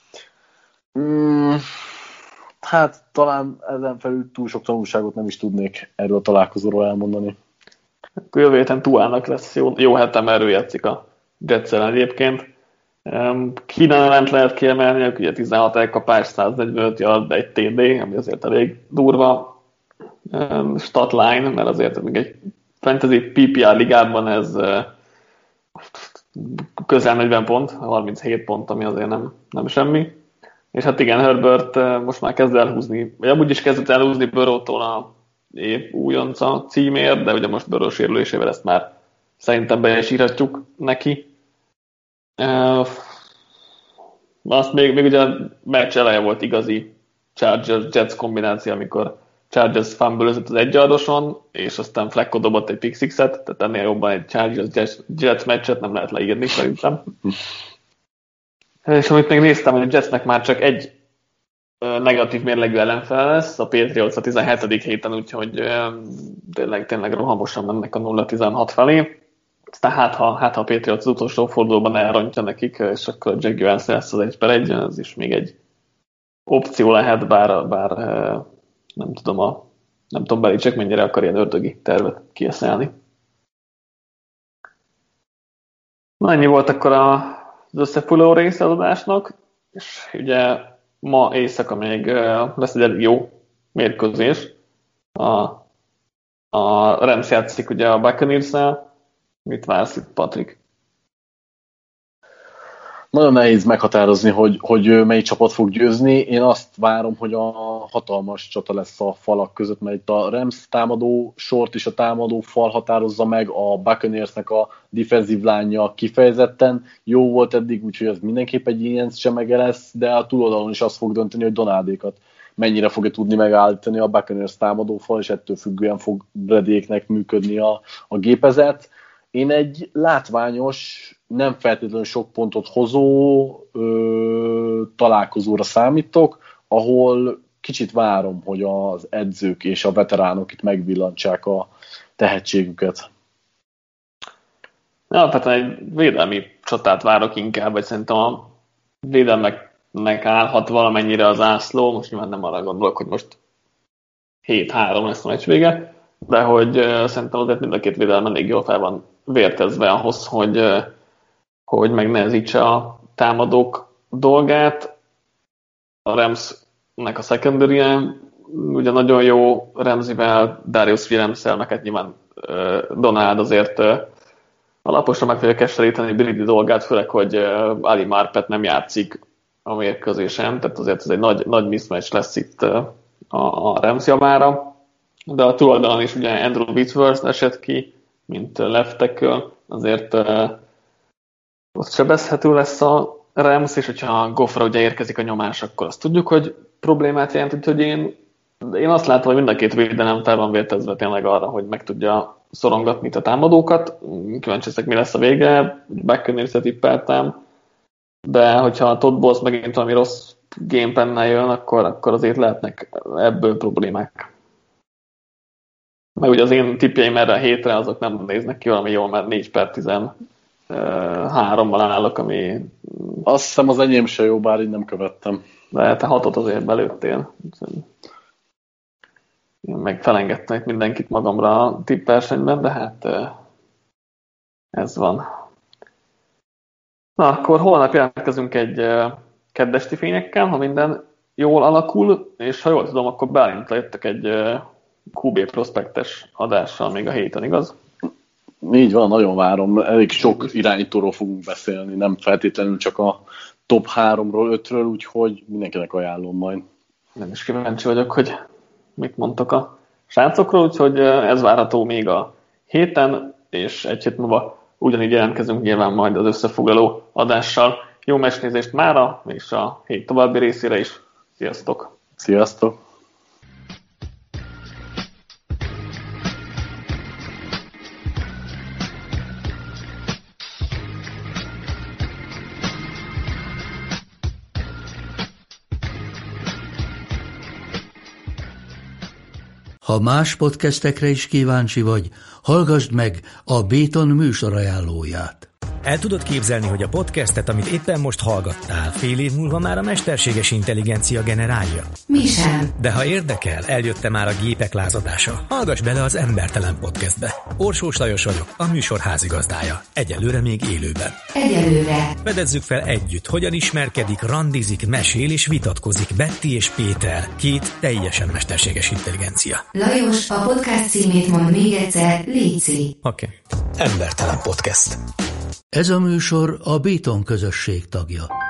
Hát talán ezen felül túl sok tanulságot nem is tudnék erről a találkozóról elmondani. Akkor jövő héten Tuának lesz jó hetem, erről játszik a Jets ellen egyébként. Keenan Allen lehet kiemelni, ugye 16 elkapás, 145 yard, egy TD, ami azért elég durva statline, mert azért még egy fantasy PPR ligában ez közel 40 pont, 37 pont, ami azért nem semmi. És hát igen, Herbert most már kezd elhúzni, vagy amúgy is kezdett elhúzni Burrow-tól a év újonca címért, de ugye most Burrow sérülésével ezt már szerintem be is írhatjuk neki. Azt még ugye a meccs eleje volt igazi Chargers-Jets kombináció, amikor Chargers fumble-özött az egyardoson, és aztán Flacco dobott egy pick sixet, tehát ennél jobban egy Chargers-Jets meccset nem lehet leírni szerintem. És amit még néztem, hogy a Jetsnek már csak egy negatív mérlegű ellenfele lesz, a Patriots a 17. héten, úgyhogy tényleg rohamosan mennek a 0-16 felé. Aztán hát ha a Patriots az utolsó fordulóban elrontja nekik, és akkor a Jaguars lesz az 1-1, ez is még egy opció lehet, bár nem tudom Belichick mennyire akar ilyen ördögi tervet kieszelni. Na, ennyi volt akkor az összefoglaló része az adásnak, és ugye ma éjszaka még lesz egy elég jó mérkőzés. A Rams játszik ugye a Buccaneers-szel. Mit vársz itt, Patrik? Nagyon nehéz meghatározni, hogy melyik csapat fog győzni. Én azt várom, hogy a hatalmas csata lesz a falak között, mert itt a Rams támadó sort és a támadó fal határozza meg, a Buccaneersnek a defensive line-ja kifejezetten jó volt eddig, úgyhogy ez mindenképp egy ilyen semege lesz, de a túloldalon is azt fog dönteni, hogy Donaldékat mennyire fogja tudni megállítani a Buccaneers támadó fal, és ettől függően fog Bradyéknek működni a gépezet. Én egy látványos, nem feltétlenül sok pontot hozó találkozóra számítok, ahol kicsit várom, hogy az edzők és a veteránok itt megvillantsák a tehetségüket. Alapvetően egy védelmi csatát várok inkább, vagy szerintem a védelmeknek állhat valamennyire az ászló, most nyilván nem arra gondolok, hogy most 7-3 lesz a meccs vége, de hogy szerintem azért mind a két védelem elég jól fel van vértezve ahhoz, hogy megnehezítse a támadók dolgát. A Ramsnek a secondary-je ugye nagyon jó, Ramsey-vel, Darius Williams-el, meg hát nyilván Donald azért alaposan meg fogja keseríteni Brady dolgát, főleg, hogy Ali Marpet nem játszik a mérkőzésen, tehát azért ez egy nagy mismatch lesz itt a Rams javára. De a túloldalon is ugye Andrew Whitworth esett ki, mint left tackle, azért ott sebezhető lesz a Rams, és hogyha Goffra ugye érkezik a nyomás, akkor azt tudjuk, hogy problémát jelent, úgyhogy én azt látom, hogy mind a két védelem fel van vértezve tényleg arra, hogy meg tudja szorongatni a támadókat. Kíváncsi leszek, mi lesz a vége, Buccaneers-et tippeltem, de hogyha a Todd Bowles megint valami rossz gamepennel jön, akkor azért lehetnek ebből problémák. Meg ugye az én tippjeim erre a hétre, azok nem néznek ki valami jól, mert 4/10 3-mal állok, ami... Azt hiszem az enyém se jó, bár így nem követtem. De te 6-ot azért belőttél. Én meg felengedtem itt mindenkit magamra a tippversenyben, de hát ez van. Na, akkor holnap jelentkezünk egy keddesti fényekkel, ha minden jól alakul, és ha jól tudom, akkor Bálintra jöttek egy QB prospektes adással még a héten, igaz? Így van, nagyon várom. Elég sok irányítóról fogunk beszélni, nem feltétlenül csak a top 3-ról, 5-ről, úgyhogy mindenkinek ajánlom majd. Nem is kíváncsi vagyok, hogy mit mondtok a srácokról, úgyhogy ez várható még a héten, és egy hét múlva ugyanígy jelentkezünk nyilván majd az összefoglaló adással. Jó meccsnézést mára, és a hét további részére is. Sziasztok! Sziasztok! Ha más podcastekre is kíváncsi vagy, hallgassd meg a Béton műsor ajánlóját. El tudod képzelni, hogy a podcastet, amit éppen most hallgattál, fél év múlva már a mesterséges intelligencia generálja? Mi sem. De ha érdekel, eljötte már a gépek lázadása. Hallgass bele az Embertelen Podcastbe. Orsós Lajos vagyok, a műsor házigazdája. Egyelőre még élőben. Egyelőre. Fedezzük fel együtt, hogyan ismerkedik, randizik, mesél és vitatkozik Betty és Péter, 2 teljesen mesterséges intelligencia. Lajos, a podcast címét mond még egyszer, léci. Oké. Embertelen Podcast. Ez a műsor a Béton közösség tagja.